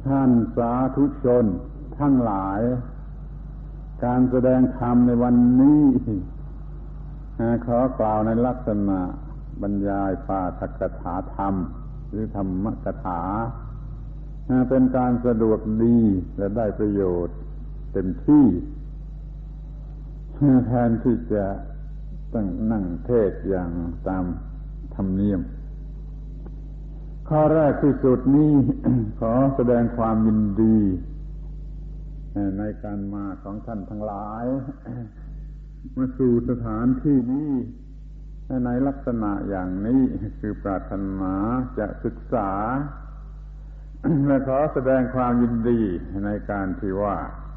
ท่านสาธุชนทั้งหลายการแสดงธรรมในวันนี้ขอกล่าวในลักษณะบรรยายปาฐกถาธรรมหรือธรรมกถาเป็นการสะดวกดีและได้ประโยชน์เต็มที่แทนที่จะต้องนั่งเทศอย่างตามธรรมเนียมข้อแรกที่สุดนี้ ขอแสดงความยินดีในการมาของท่านทั้งหลายมาสู่สถานที่นี้ในลักษณะอย่างนี้คือปรารถนาจะศึกษา และขอแสดงความยินดีในการที่ว่า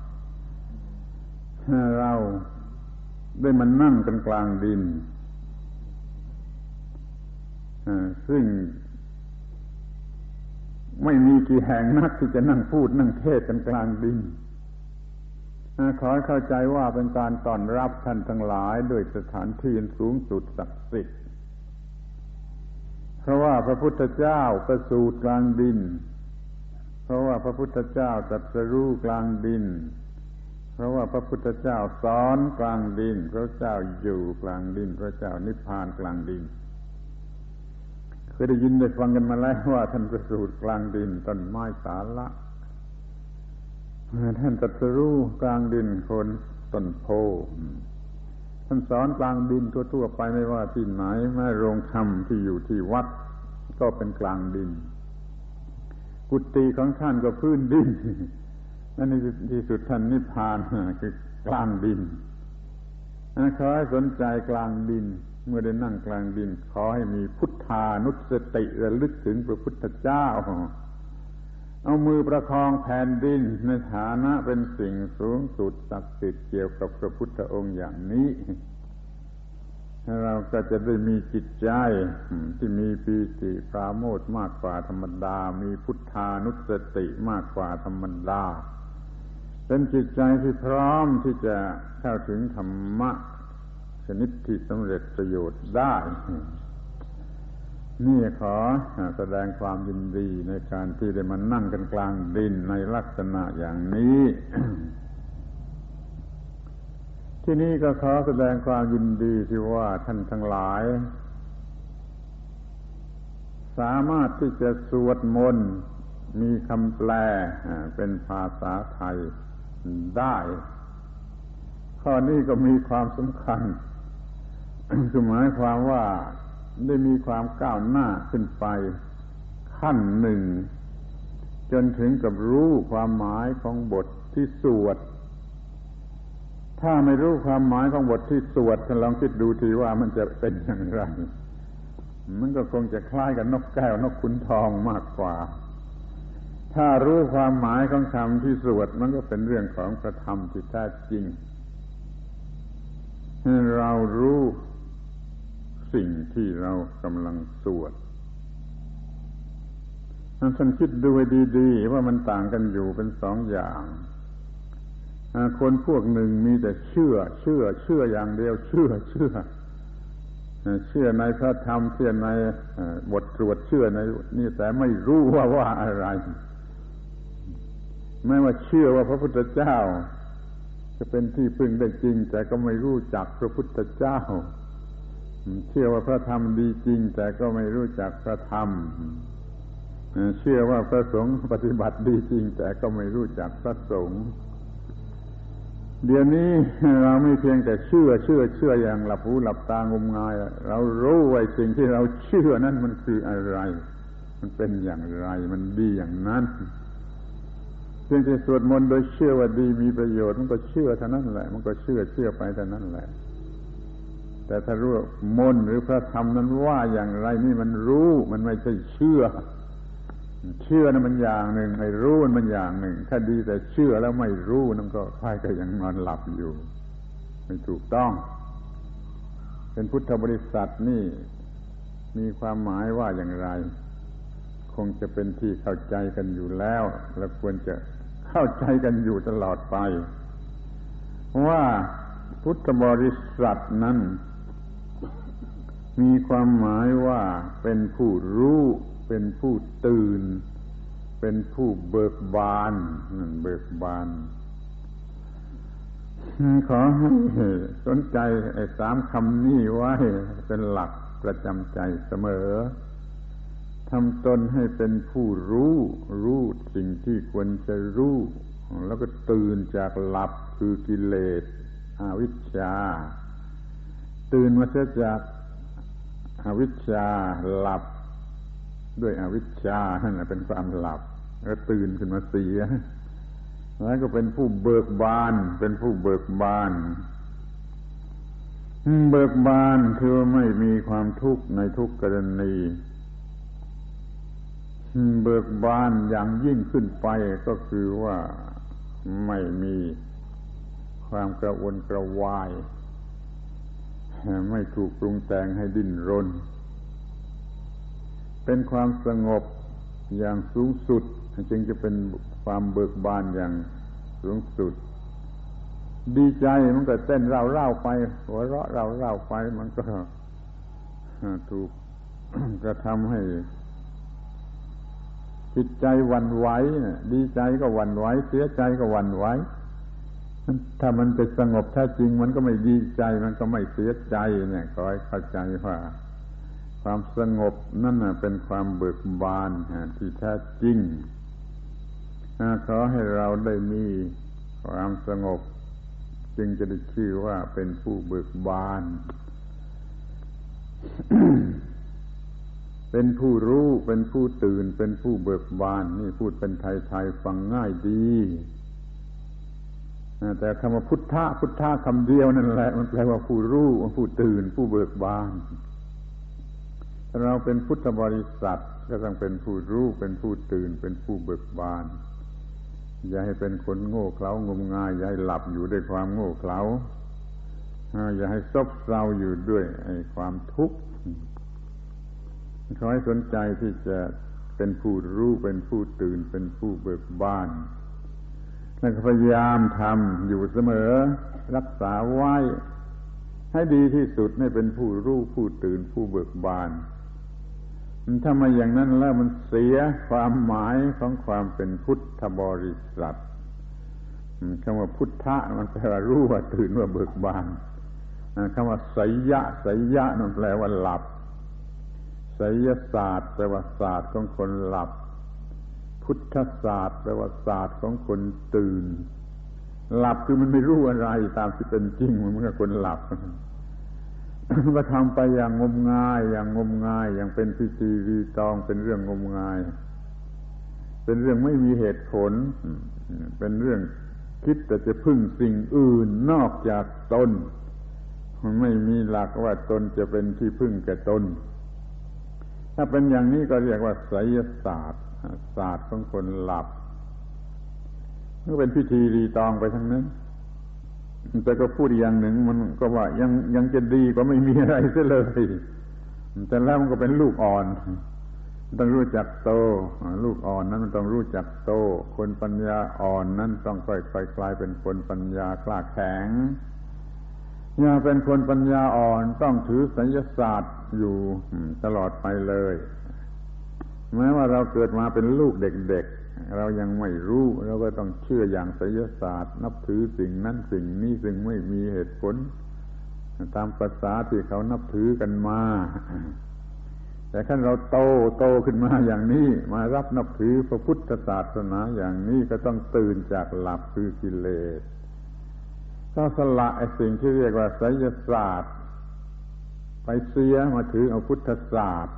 เราได้มานั่งกันกลางดินซึ่งไม่มีกี่แห่งนักที่จะนั่งพูดนั่งเทศกันกลางดินขอให้เข้าใจว่าเป็นการต้อนรับท่านทั้งหลายด้วยสถานที่สูงสุดศักดิ์สิทธิ์เพราะว่าพระพุทธเจ้าประสูติกลางดินเพราะว่าพระพุทธเจ้าตรัสรู้กลางดินเพราะว่าพระพุทธเจ้าสอนกลางดินพระเจ้าอยู่กลางดินพระเจ้านิพพานกลางดินเคยได้ยินได้ฟังกันมาแล้วว่าท่านประสูติกลางดินต้นไม้สาละท่านตรัสรู้กลางดินคนต้นโพท่านสอนกลางดินทั่วๆไปไม่ว่าที่ไหนแม้โรงธรรมที่อยู่ที่วัดก็เป็นกลางดินกุฏิของท่านก็พื้นดินนั่นในที่สุดท่านนิพพานคือกลางดินขอให้สนใจกลางดินเมื่อได้นั่งกลางดินขอให้มีพุทธานุสติระลึกถึงพระพุทธเจ้าเอามือประคองแผ่นดินในฐานะเป็นสิ่งสูงสุดศักดิ์สิทธิ์เกี่ยวกับพระพุทธองค์อย่างนี้เราก็จะได้มีจิตใจที่มีปีติปราโมทย์มากกว่าธรรมดามีพุทธานุสติมากกว่าธรรมดาเป็นจิตใจที่พร้อมที่จะเข้าถึงธรรมะชนิดที่สำเร็จประโยชน์ได้นี่ขอแสดงความยินดีในการที่ได้มานั่งกันกลางดินในลักษณะอย่างนี้ ที่นี่ก็ขอแสดงความยินดีที่ว่าท่านทั้งหลายสามารถที่จะสวดมนต์มีคำแปลเป็นภาษาไทยได้ข้อนี้ก็มีความสำคัญ คือหมายความว่าได้มีความก้าวหน้าขึ้นไปขั้นหนึ่งจนถึงกับรู้ความหมายของบทที่สวดถ้าไม่รู้ความหมายของบทที่สวดท่านลองคิดดูทีว่ามันจะเป็นอย่างไรมันก็คงจะคล้ายกับนกแก้วนกขุนทองมากกว่าถ้ารู้ความหมายของคำที่สวดมันก็เป็นเรื่องของพระธรรมที่แท้จริงเรารู้สิ่งที่เรากำลังสวดท่านคิดดูให้ดีๆว่ามันต่างกันอยู่เป็นสองอย่างคนพวกหนึ่งมีแต่เชื่ออย่างเดียวเชื่อในพระธรรมเชื่อในบทสวดเชื่อในนี่แต่ไม่รู้ว่าอะไรไม่ว่าเชื่อว่าพระพุทธเจ้าจะเป็นที่พึ่งได้จริงแต่ก็ไม่รู้จักพระพุทธเจ้าเชื่อว่าพระธรรมดีจริงแต่ก็ไม่รู้จักพระธรรมเชื่อว่าพระสงฆ์ปฏิบัติดีจริงแต่ก็ไม่รู้จักพระสงฆ์เดี๋ยวนี้เราไม่เพียงแต่เชื่ออย่างหลับหูหลับตางมงายเรารู้ว่าสิ่งที่เราเชื่อนั้นมันคืออะไรมันเป็นอย่างไรมันดีอย่างนั้นเพียงแต่สวดมนต์โดยเชื่อว่าดีมีประโยชน์มันก็เชื่อเท่านั้นแหละมันก็เชื่อไปเท่านั้นแหละแต่ถ้ารู้มนต์หรือพระธรรมนั้นว่าอย่างไรนี่มันรู้มันไม่ใช่เชื่อนั้นมันอย่างหนึ่งไอ้รู้มันอย่างหนึ่งถ้าดีแต่เชื่อแล้วไม่รู้นั่นก็คล้ายกับยังนอนหลับอยู่ไม่ถูกต้องเป็นพุทธบริษัทนี่มีความหมายว่าอย่างไรคงจะเป็นที่เข้าใจกันอยู่แล้วและควรจะเข้าใจกันอยู่ตลอดไปว่าพุทธบริษัทนั้นมีความหมายว่าเป็นผู้รู้เป็นผู้ตื่นเป็นผู้เบิกบานนั่นเบิกบานขอให้สนใจไอ้3 คำนี้ไว้เป็นหลักประจำใจเสมอทำตนให้เป็นผู้รู้สิ่งที่ควรจะรู้แล้วก็ตื่นจากหลับคือกิเลสอวิชชาตื่นมาเสียจากอวิชชาหลับด้วยอวิชชานั่นเป็นความหลับแล้วตื่นขึ้นมาเสียแล้วก็เป็นผู้เบิกบานเป็นผู้เบิกบานเบิกบานคือไม่มีความทุกข์ในทุกกรณีเบิกบานอย่างยิ่งขึ้นไปก็คือว่าไม่มีความกระวนกระวายไม่ถูกปรุงแต่งให้ดิ้นรนเป็นความสงบอย่างสูงสุดจึงจะเป็นความเบิกบานอย่างสูงสุดดีใจมันก็เต้นเร่าๆไปหัวเราะเร่าๆไปมันก็ถูกกระทำให้จิตใจหวั่นไหวดีใจก็หวั่นไหวเสียใจก็หวั่นไหวถ้ามันจะสงบแท้จริงมันก็ไม่ดีใจมันก็ไม่เสียใจเนี่ยขอให้เข้าใจว่าความสงบนั่นเป็นความเบิกบานที่แท้จริงขอให้เราได้มีความสงบจึงจะได้ชื่อว่าเป็นผู้เบิกบาน เป็นผู้รู้เป็นผู้ตื่นเป็นผู้เบิกบานนี่พูดเป็นไทยๆฟังง่ายดีแต่คำว่าพุทธะคำเดียวนั่นแหละมันแปลว่าผู้รู้ผู้ตื่นผู้เบิกบานเราเป็นพุทธบริษัทก็ต้องเป็นผู้รู้เป็นผู้ตื่นเป็นผู้เบิกบานอย่าให้เป็นคนโง่เขลางมงายอย่าให้หลับอยู่ด้วยความโง่เขลาอย่าให้ซบเซาอยู่ด้วยความทุกข์ขอให้สนใจที่จะเป็นผู้รู้เป็นผู้ตื่นเป็นผู้เบิกบานแล้วก็พยายามทำอยู่เสมอรักษาไว้ให้ดีที่สุดให้เป็นผู้รู้ผู้ตื่นผู้เบิกบานถ้าไม่อย่างนั้นแล้วมันเสียความหมายของความเป็นพุทธบริษัทคำว่าพุทธะมันแปลว่ารู้ว่าตื่นว่าเบิกบานคำว่าไสยะนั่นแปลว่าหลับไสยศาสตร์แปลว่าศาสตร์ของคนหลับพุทธศาสตร์แปลว่าศาสตร์ของคนตื่นหลับคือมันไม่รู้อะไรตามที่เป็นจริงมันเหมือนกับคนหลับก็ทำไปอย่างงมงายอย่างเป็นพิธีรีตองเป็นเรื่องงมงายเป็นเรื่องไม่มีเหตุผลเป็นเรื่องคิดแต่จะพึ่งสิ่งอื่นนอกจากตนมันไม่มีหลักว่าตนจะเป็นที่พึ่งแก่ตนถ้าเป็นอย่างนี้ก็เรียกว่าไสยศาสตร์ศาสตร์ของคนหลับก็เป็นพิธีรีตองไปทั้งนั้นแต่ก็พูดอย่างหนึ่งมันก็ว่ายังจะดีกว่าไม่มีอะไรเสียเลยแต่แล้วมันก็เป็นลูกอ่อนต้องรู้จักโตลูกอ่อนนั้นมันต้องรู้จักโตคนปัญญาอ่อนนั้นต้องค่อยๆกลายเป็นคนปัญญากล้าแข็งอย่าเป็นคนปัญญาอ่อนต้องถือไสยศาสตร์อยู่ตลอดไปเลยแม้ว่าเราเกิดมาเป็นลูกเด็กๆเรายังไม่รู้เราก็ต้องเชื่ออย่างไสยศาสตร์นับถือสิ่งนั้นสิ่งนี้ซึ่งไม่มีเหตุผลตามภาษาที่เขานับถือกันมาแต่ขั้นเราโตขึ้นมาอย่างนี้มารับนับถือพระพุทธศาสนาอย่างนี้ก็ต้องตื่นจากหลับคือกิเลสก็สละไอ้สิ่งที่เรียกว่าไสยศาสตร์ไปเสียมาถือเอาพุทธศาสตร์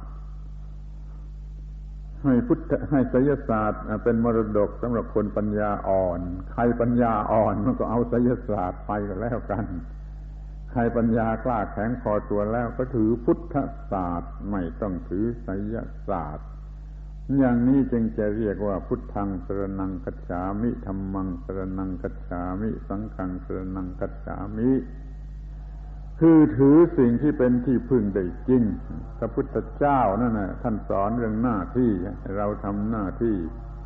ให้ไสยศาสตร์เป็นมรดกสำหรับคนปัญญาอ่อนใครปัญญาอ่อนมันก็เอาไสยศาสตร์ไปก็แล้วกันใครปัญญากล้าแข็งพอตัวแล้วก็ถือพุทธศาสตร์ไม่ต้องถือไสยศาสตร์อย่างนี้จึงจะเรียกว่าพุทธังสรณังคัจฉามิธัมมังสรณังคัจฉามิสังฆังสรณังคัจฉามิคือถือสิ่งที่เป็นที่พึ่งได้จริงพระพุทธเจ้านั่นน่ะท่านสอนเรื่องหน้าที่เราทำหน้าที่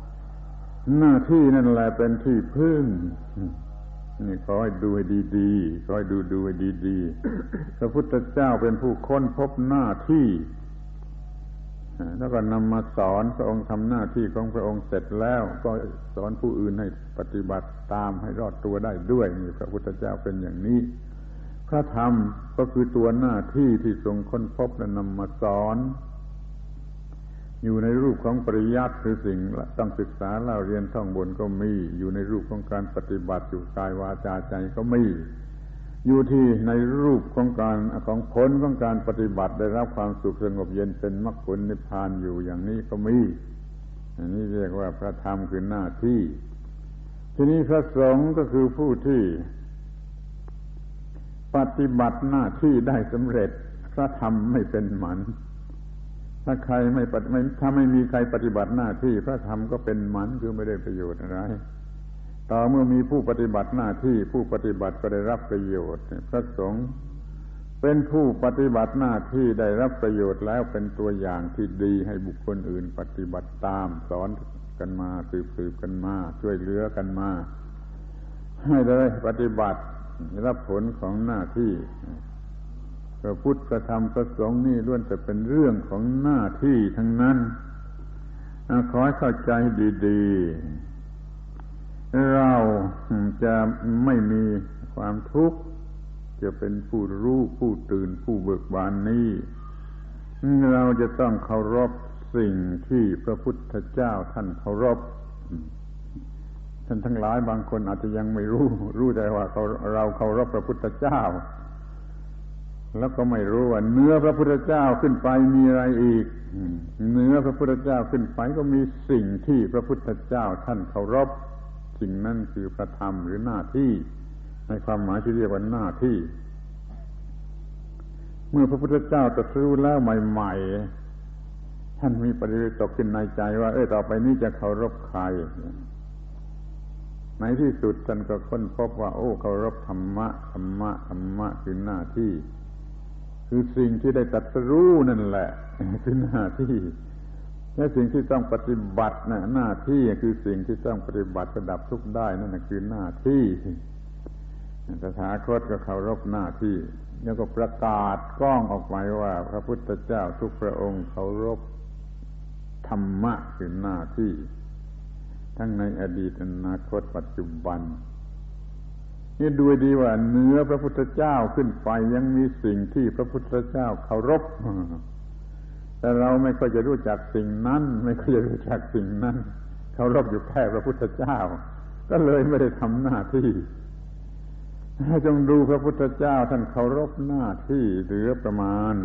นั่นแหละเป็นที่พึ่งนี่ขอให้ดูให้ดีๆขอให้ดูให้ดีๆพระพุทธเจ้าเป็นผู้ค้นพบหน้าที่แล้วก็นำมาสอนพระองค์ทำหน้าที่ของพระองค์เสร็จแล้วก็สอนผู้อื่นให้ปฏิบัติตามให้รอดตัวได้ด้วยนี่พระพุทธเจ้าเป็นอย่างนี้พระธรรมก็คือตัวหน้าที่ที่ทรงค้นพบและนำมาสอนอยู่ในรูปของปริยัติคือสิ่งต้องศึกษาเล่าเรียนท่องบนก็มีอยู่ในรูปของการปฏิบัติอยู่กายวาจาใจก็มีอยู่ที่ในรูปของผลของการปฏิบัติได้รับความสุขสงบเย็นเป็นมรรคผลนิพพานอยู่อย่างนี้ก็มีอันนี้เรียกว่าพระธรรมคือหน้าที่ทีนี้พระสงฆ์ก็คือผู้ที่ปฏิบัติหน้าที่ได้สำเร็จพระธรรมไม่เป็นหมันถ้าไม่มีใครปฏิบัติหน้าที่พระธรรมก็เป็นหมันคือไม่ได้ประโยชน์อะไรต่อเมื่อมีผู้ปฏิบัติหน้าที่ผู้ปฏิบัติก็ได้รับประโยชน์พระสงฆ์เป็นผู้ปฏิบัติหน้าที่ได้รับประโยชน์แล้วเป็นตัวอย่างที่ดีให้บุคคลอื่นปฏิบัติตามสอนกันมาสืบกันมาช่วยเหลือกันมาให้ได้ปฏิบัติรับผลของหน้าที่พระพุทธพระธรรมพระสงฆ์นี่ล้วนแต่เป็นเรื่องของหน้าที่ทั้งนั้นขอให้เข้าใจดีๆเราจะไม่มีความทุกข์จะเป็นผู้รู้ผู้ตื่นผู้เบิกบานนี้เราจะต้องเคารพสิ่งที่พระพุทธเจ้าท่านเคารพท่านทั้งหลายบางคนอาจจะยังไม่รู้แต่ว่าเราเคารพพระพุทธเจ้าแล้วก็ไม่รู้ว่าเหนือพระพุทธเจ้าขึ้นไปมีอะไรอีกเหนือพระพุทธเจ้าขึ้นไปก็มีสิ่งที่พระพุทธเจ้าท่านเคารพสิ่งนั้นคือพระธรรมหรือหน้าที่ในความหมายที่เรียกว่าหน้าที่เมื่อพระพุทธเจ้าตรัสรู้แล้วใหม่ๆท่านมีปฏิริตกขึ้นในใจว่าต่อไปนี้จะเคารพใครในที่สุดท่านก็ค้นพบว่าเคารพธรรมะคือหน้าที่คือสิ่งที่ได้ตรัสรู้นั่นแหละคือหน้าที่และสิ่งที่ต้องปฏิบัติหน้าที่คือสิ่งที่ต้องปฏิบัติระดับทุกข์ได้นั่นคือหน้าที่ตถาคตก็เคารพหน้าที่แล้วก็ประกาศกล้องออกไปว่าพระพุทธเจ้าทุกพระองค์เคารพธรรมะคือหน้าที่ทั้งในอดีตอนาคตปัจจุบันนี่ดูดีว่าเหนือพระพุทธเจ้าขึ้นไปยังมีสิ่งที่พระพุทธเจ้าเคารพแต่เราไม่ค่อยจะรู้จักสิ่งนั้นไม่ค่อยจะรู้จักสิ่งนั้นเคารพอยู่แค่พระพุทธเจ้าก็เลยไม่ได้ทำหน้าที่จงดูพระพุทธเจ้าท่านเคารพหน้าที่เหลือประมาณ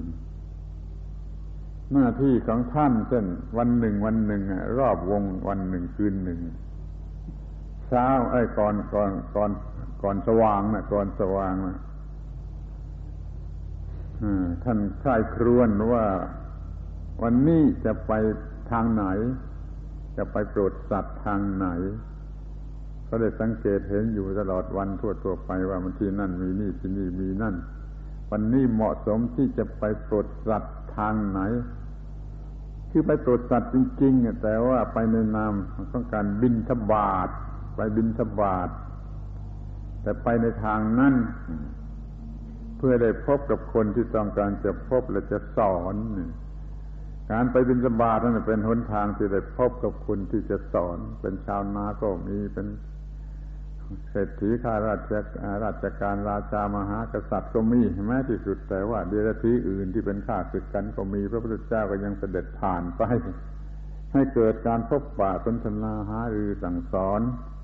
หน้าที่ของท่านเช่นวันหนึ่งรอบวงวันหนึ่งคืนหนึ่งเช้าก่อนสว่างก่อนสว่างท่านใคร่ครวญว่าวันนี้จะไปทางไหนจะไปโปรดสัตว์ทางไหนเขาได้สังเกตเห็นอยู่ตลอดวันทั่วไปว่ามันที่นั่นมีนี่ที่นี่มีนั่นวันนี้เหมาะสมที่จะไปโปรดสัตว์ทางไหนคือไปโปรดสัตว์จริงๆแต่ว่าไปในนามของการบิณฑบาตไปบิณฑบาตแต่ไปในทางนั้นเพื่อได้พบกับคนที่ต้องการจะพบและจะสอนการไปบิณฑบาตนั่นเป็นหนทางที่ได้พบกับคนที่จะสอนเป็นชาวนาก็มีเป็นเศรษฐีข้าราชการราชามหากษัตริย์ก็มีแม้ที่สุดแต่ว่าเดรัจฉีอื่นที่เป็นข้าศึกกันก็มีพระพุทธเจ้าก็ยังเสด็จผ่านไปให้เกิดการพบปะสนทนาหารือสั่งสอน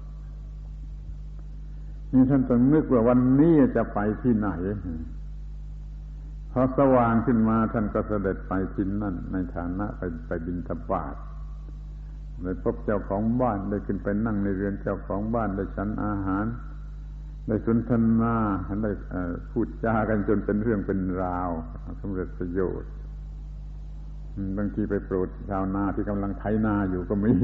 นี่ท่านต้องนึกว่าวันนี้จะไปที่ไหนพอสว่างขึ้นมาท่านก็เสด็จไปที่นั่นในฐานะไปบิณฑบาตได้พบเจ้าของบ้านได้ขึ้นไปนั่งในเรือนเจ้าของบ้านได้ฉันอาหารได้สนทนาได้พูดจากันจนเป็นเรื่องเป็นราวสำเร็จประโยชน์บางทีไปโปรดชาวนาที่กำลังไถนาอยู่ก็มี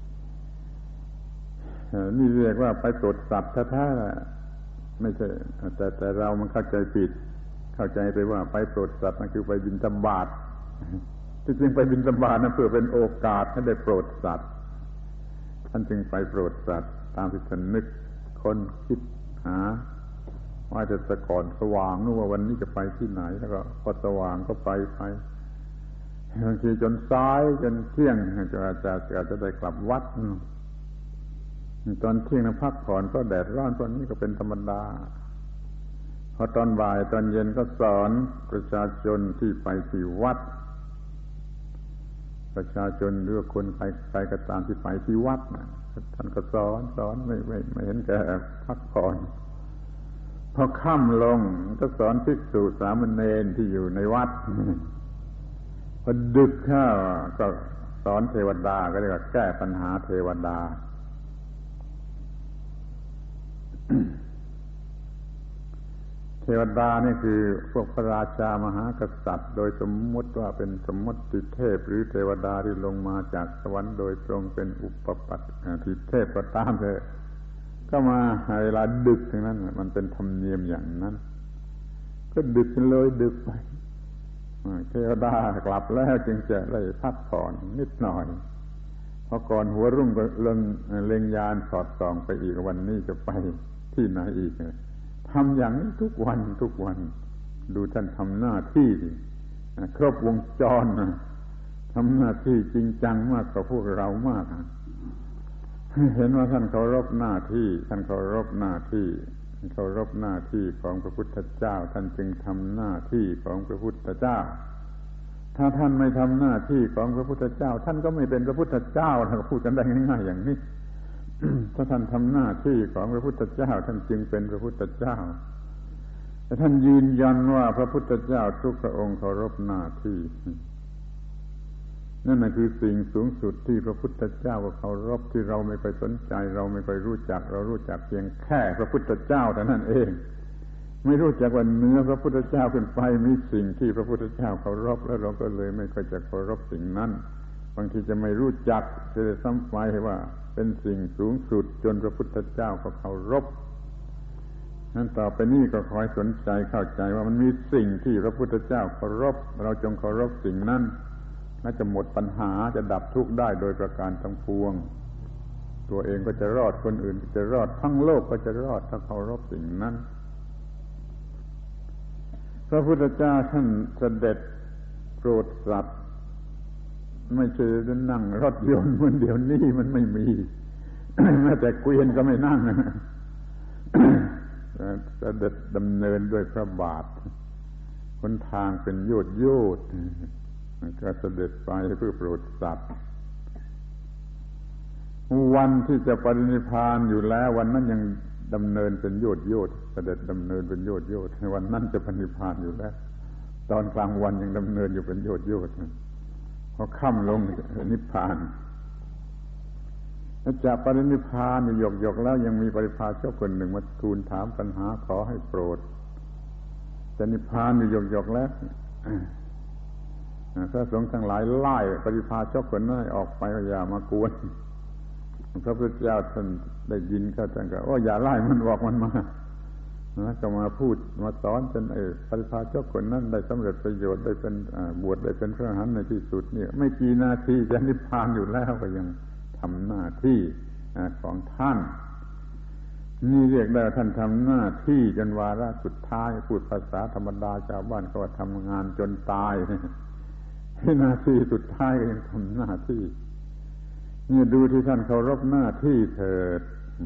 นี่เรียกว่าไปโปรดสัตว์แท้ๆไม่ใช่แต่เรามันเข้าใจผิดเข้าใจไปว่าไปโปรดสัตว์นั่นคือไปบิณฑบาตที่จริงไปบิณฑบาตนั้นเพื่อเป็นโอกาสให้ได้โปรดสัตว์ท่านจึงไปโปรดสัตว์ตามที่ท่านนึกคนคิดหาว่าจะก่อนสว่างนึกว่าวันนี้จะไปที่ไหนแล้วก็พอสว่างก็ไปบางทีจนสายจนเที่ยงจะได้กลับวัดตอนเที่ยงพักผ่อนก็แดดร้อนตอนนี้ก็เป็นธรรมดาพอตอนบ่ายตอนเย็นก็สอนประชาชนที่ไปที่วัดประชาชนหรือคนใครก็ตามที่ไปที่วัดท่านก็สอนไม่เห็นแก่พักผ่อนพอค่ำลงก็สอนภิกษุสามเณรที่อยู่ในวัดพอดึกเข้าก็สอนเทวดาก็เรียกว่าแก้ปัญหาเทวดา เทวดานี่คือพวกพระราชามหากษัตริย์โดยสมมติว่าเป็นสมมติเทพหรือเทวดาที่ลงมาจากสวรรค์โดยตรงเป็นอุปปัตติเทพก็ตามเถอะก็มาเวลาดึกทั้งนั้นมันเป็นธรรมเนียมอย่างนั้นก็ดึกเลยดึกไปเทวดากลับแล้วจึงจะได้พักผ่อนนิดหน่อยพอก่อนหัวรุ่งก็เล็งยานสอดส่องไปอีกวันนี้จะไปที่ไหนอีกทำอย่างนี้ทุกวันดูท่านทำหน้าที่ครบวงจรทำหน้าที่จริงจังมากกว่าพวกเรามากเห็นว่าท่านเคารพหน้าที่ของพระพุทธเจ้าท่านจึงทำหน้าที่ของพระพุทธเจ้าถ้าท่านไม่ทำหน้าที่ของพระพุทธเจ้าท่านก็ไม่เป็นพระพุทธเจ้าเราพูดกันได้ง่ายๆอย่างนี้ ถ้าท่านทำหน้าที่ของพระพุทธเจ้าท่านจึงเป็นพระพุทธเจ้าแต่ท่านยืนยันว่าพระพุทธเจ้าทุกพระองค์เคารพหน้าที่นั่นคือสิ่งสูงสุดที่พระพุทธเจ้าก็เคารพที่เราไม่ค่อยสนใจเราไม่ค่อยรู้จักเรารู้จักเพียงแค่พระพุทธเจ้าเท่านั้นเองไม่รู้จักว่าเหนือพระพุทธเจ้าขึ้นไปมีสิ่งที่พระพุทธเจ้าเคารพแล้วเราก็เลยไม่ค่อยจะเคารพสิ่งนั้นบางทีจะไม่รู้จักจะซ้ำไปว่าเป็นสิ่งสูงสุดจนพระพุทธเจ้าก็เคารพนั้นต่อไปนี้ก็ขอให้สนใจเข้าใจว่ามันมีสิ่งที่พระพุทธเจ้าเคารพเราจงเคารพสิ่งนั้นน่าจะหมดปัญหาจะดับทุกข์ได้โดยประการทั้งปวงตัวเองก็จะรอดคนอื่นก็จะรอดทั้งโลกก็จะรอดถ้าเคารพสิ่งนั้นพระพุทธเจ้าท่านเสด็จโปรดสัตว์ไม่ใช่จะนั่งรถยนต์เหมือนเดี๋ยวนี้มันไม่มี แม้แต่เกวียนก็ไม่นั่ง เสด็จดำเนินด้วยพระบาทหนทางเป็นโยดก็เสด็จไปเพื่อโปรดสัตว์วันที่จะปรินิพพานอยู่แล้ววันนั้นยังดำเนินเป็นโยดเสด็จดำเนินเป็นโยดวันนั้นจะปรินิพพานอยู่แล้วตอนกลางวันยังดำเนินอยู่เป็นโยดพอค่ำลงนิพพานจากปรินิพพานหยกแล้วยังมีปริพาชกคนหนึ่งมาทูลถามปัญหาขอให้โปรดจะนิพพานอยู่หยกแล้วพระสงฆ์ทั้งหลายไล่ปริพาชกคนนั้นออกไปอย่ามากวนพระพุทธเจ้าท่านได้ยินเข้าท่านก็อย่าไล่มันออกมันมาแล้วก็มาพูดมาสอนจนปริพาชกคนนั้นได้สำเร็จประโยชน์ได้เป็นบวชได้เป็นพระอรหันต์ในที่สุดเนี่ยไม่กี่นาทีจะนิพพานอยู่แล้วก็ยังทำหน้าที่ของท่านนี่เรียกได้ว่าท่านทำหน้าที่จนวาระสุดท้ายพูดภาษาธรรมดาชาวบ้านก็ว่าทำงานจนตายหน้าที่สุดท้ายก็ยังทำหน้าที่นี่ดูที่ท่านเคารพหน้าที่เถิด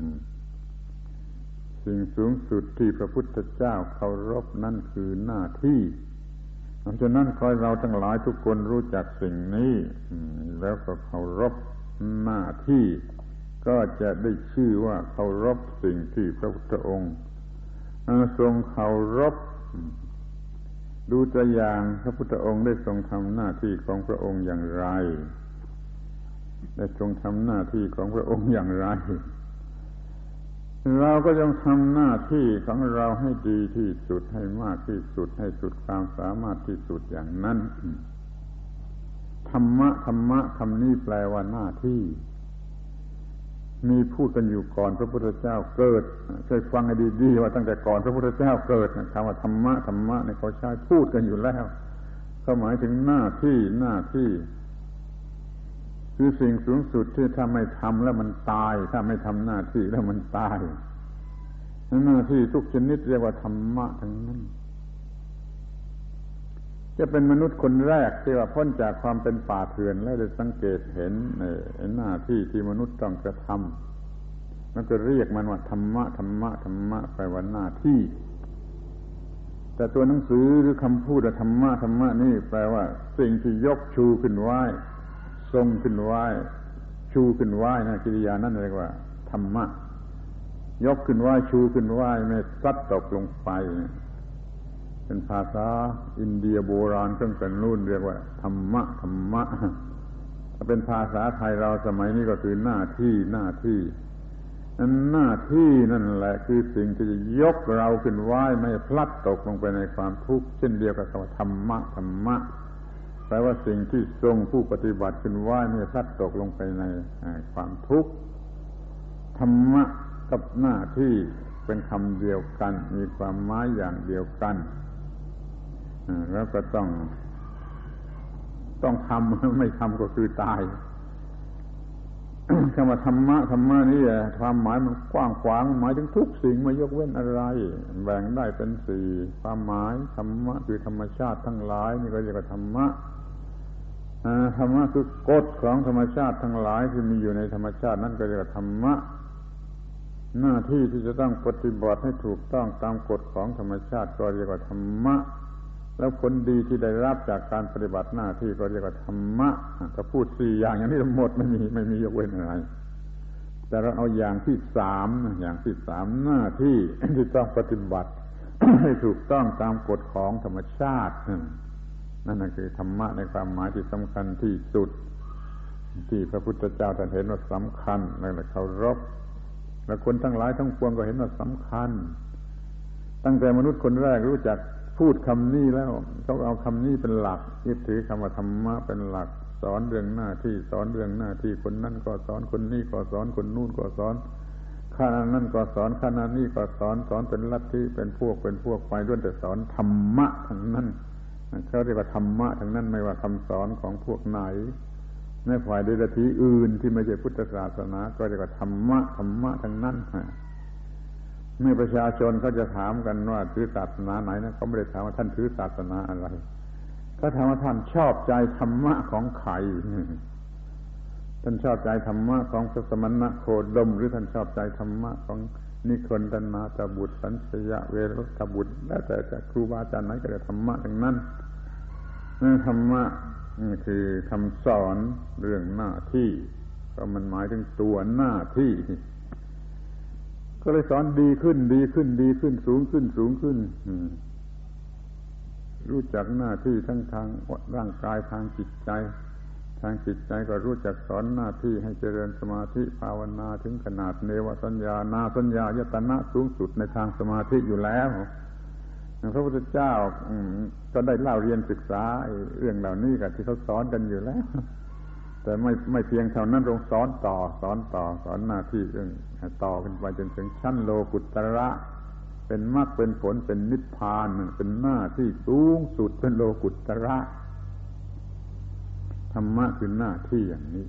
สิ่งสูงสุดที่พระพุทธเจ้าเคารพนั่นคือหน้าที่เพราะฉะนั้นขอให้เราทั้งหลายทุกคนรู้จักสิ่งนี้แล้วก็เคารพหน้าที่ก็จะได้ชื่อว่าเคารพสิ่งที่พระพุทธองค์ทรงเคารพดูตัวอย่างพระพุทธองค์ได้ทรงทำหน้าที่ของพระองค์อย่างไรได้ทรงทำหน้าที่ของพระองค์อย่างไรเราก็ต้องทำหน้าที่ของเราให้ดีที่สุดให้มากที่สุดให้สุดความสามารถที่สุดอย่างนั้นธรรมะคำนี้แปลว่าหน้าที่มีพูดกันอยู่ก่อนพระพุทธเจ้าเกิดเคยฟังให้ดีๆว่าตั้งแต่ก่อนพระพุทธเจ้าเกิดคำว่าธรรมะเนี่ยเขาใช้พูดกันอยู่แล้วเขาหมายถึงหน้าที่คือสิ่งสูงสุดที่ถ้าไม่ทำแล้วมันตายถ้าไม่ทำหน้าที่แล้วมันตายหน้าที่ทุกชนิดเรียกว่าธรรมะทั้งนั้นจะเป็นมนุษย์คนแรกที่ว่าพ้นจากความเป็นป่าเถื่อนแล้วได้สังเกตเห็นหน้าที่ที่มนุษย์ต้องกระทำแล้วก็เรียกมันว่าธรรมะธรรมะธรรมะแปลว่าหน้าที่แต่ตัวหนังสือหรือคำพูดธรรมะธรรมะนี่แปลว่าสิ่งที่ยกชูขึ้นไหวทรงขึ้นไหวชูขึ้นไหวนะกิริยานั่นเรียกว่าธรรมะยกขึ้นไหวชูขึ้นไหวไม่ซัดตกลงไปเป็นภาษาอินเดียโบราณตั้งแต่นู่นเรียกว่าธรรมะธรรมะถ้าเป็นภาษาไทยเราสมัยนี้ก็คือหน้าที่หน้าที่นั้นหน้าที่นั่นแหละคือสิ่งที่จะยกเราขึ้นไหวไม่พลัดตกลงไปในความทุกข์เช่นเดียวกับคำว่าธรรมะธรรมะแปลว่าสิ่งที่ทรงผู้ปฏิบัติขึ้นไหวไม่พลัดตกลงไปในความทุกข์ธรรมะกับหน้าที่เป็นคำเดียวกันมีความหมายอย่างเดียวกันแล้วก็ต้องทำไม่ทำก็คือตายคำว่าธรรมะธรรมะนี่ความหมายมันกว้างขวางหมายถึงทุกสิ่งไม่ยกเว้นอะไรแบ่งได้เป็นสี่ความหมายธรรมะคือธรรมชาติทั้งหลายนี่ก็เรียกว่าธรรมะธรรมะคือกฎของธรรมชาติทั้งหลายที่มีอยู่ในธรรมชาตินั่นก็เรียกว่าธรรมะหน้าที่ที่จะต้องปฏิบัติให้ถูกต้องตามกฎของธรรมชาติก็เรียกว่าธรรมะแล้วผลดีที่ได้รับจากการปฏิบัติหน้าที่ก็เรียกว่าธรรมะถ้าพูดสี่อย่างอย่างนี้ทั้งหมดไม่มียกเว้นอะไรแต่เราเอาอย่างที่สามหน้าที่ที่ต้องปฏิบัติ ให้ถูกต้องตามกฎของธรรมชาตินั่นคือธรรมะในความหมายที่สำคัญที่สุดที่พระพุทธเจ้าท่านเห็นว่าสำคัญและเคารพและคนทั้งหลายทั้งปวงก็เห็นว่าสำคัญตั้งแต่มนุษย์คนแรกรู้จักพูดคำนี้แล้วเขาเอาคำนี้เป็นหลักยึดถือคำว่าธรรมะเป็นหลักสอนเรื่องหน้าที่สอนเรื่องหน้าที่คนนั้นก็สอนคนนี้ก็สอนคนนู้นก็สอนข้านั้นก็สอนข้านี้ก็สอนเป็นลัทธิเป็นพวกไปล้วนแต่สอนธรรมะทั้งนั้นเขาเรียกว่าธรรมะทั้งนั้นไม่ว่าคำสอนของพวกไหนในฝ่ายเดรัจฉีอื่นที่ไม่ใช่พุทธศาสนาก็เรียกว่าธรรมะทั้งนั้นเมื่อประชาชนเขาจะถามกันว่าถือศาสนาไหนนะเขาไม่ได้ถามว่าท่านถือศาสนาอะไรเขาถามว่าท่านชอบใจธรรมะของใครท่านชอบใจธรรมะของพระสมณะโคดมหรือท่านชอบใจธรรมะของนิครนธนาถบุตรสัญชยเวรุตบุตรแล้วแต่จะครูบาอาจารย์ไหนก็เรียกธรรมะทั้งนั้นธรรมะคือคำสอนเรื่องหน้าที่เพราะมันหมายถึงตัวหน้าที่ก็เลยสอนดีขึ้นสูงขึ้นรู้จักหน้าที่ทั้งทางร่างกายทางจิตใจก็รู้จักสอนหน้าที่ให้เจริญสมาธิภาวนาถึงขนาดเนวสัญญานาสัญญายตนะสูงสุดในทางสมาธิอยู่แล้วพระพุทธเจ้าก็ได้เล่าเรียนศึกษาเรื่องเหล่านี้กับที่เขาสอนกันอยู่แล้วแต่ไม่เพียงเท่านั้นทรงสอนหน้าที่เรื่องต่อขึ้นไปจนถึงชั้นโลกุตระเป็นมรรคเป็นผลเป็นนิพพานเป็นหน้าที่สูงสุดเป็นโลกุตระธรรมะคือหน้าที่อย่างนี้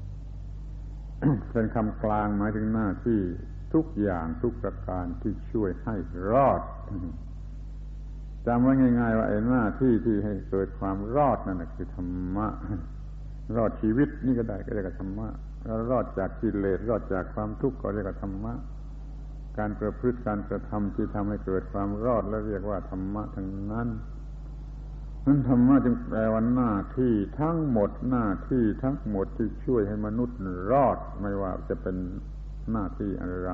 เป็นคำกลางหมายถึงหน้าที่ทุกอย่างทุกประการที่ช่วยให้รอดจำไว้ง่ายๆว่าไอ้หน้าที่ที่ให้เกิดความรอดนั่นคือธรรมะรอดชีวิตนี่ก็ได้ก็เรียกว่าธรรมะแล้วรอดจากกิเลสรอดจากความทุกข์ก็เรียกว่าธรรมะการประพฤติการกระทำที่ทำให้เกิดความรอดแล้วเรียกว่าธรรมะทั้งนั้นธรรมะจึงแปลว่าหน้าที่ทั้งหมดหน้าที่ทั้งหมดที่ช่วยให้มนุษย์รอดไม่ว่าจะเป็นหน้าที่อะไร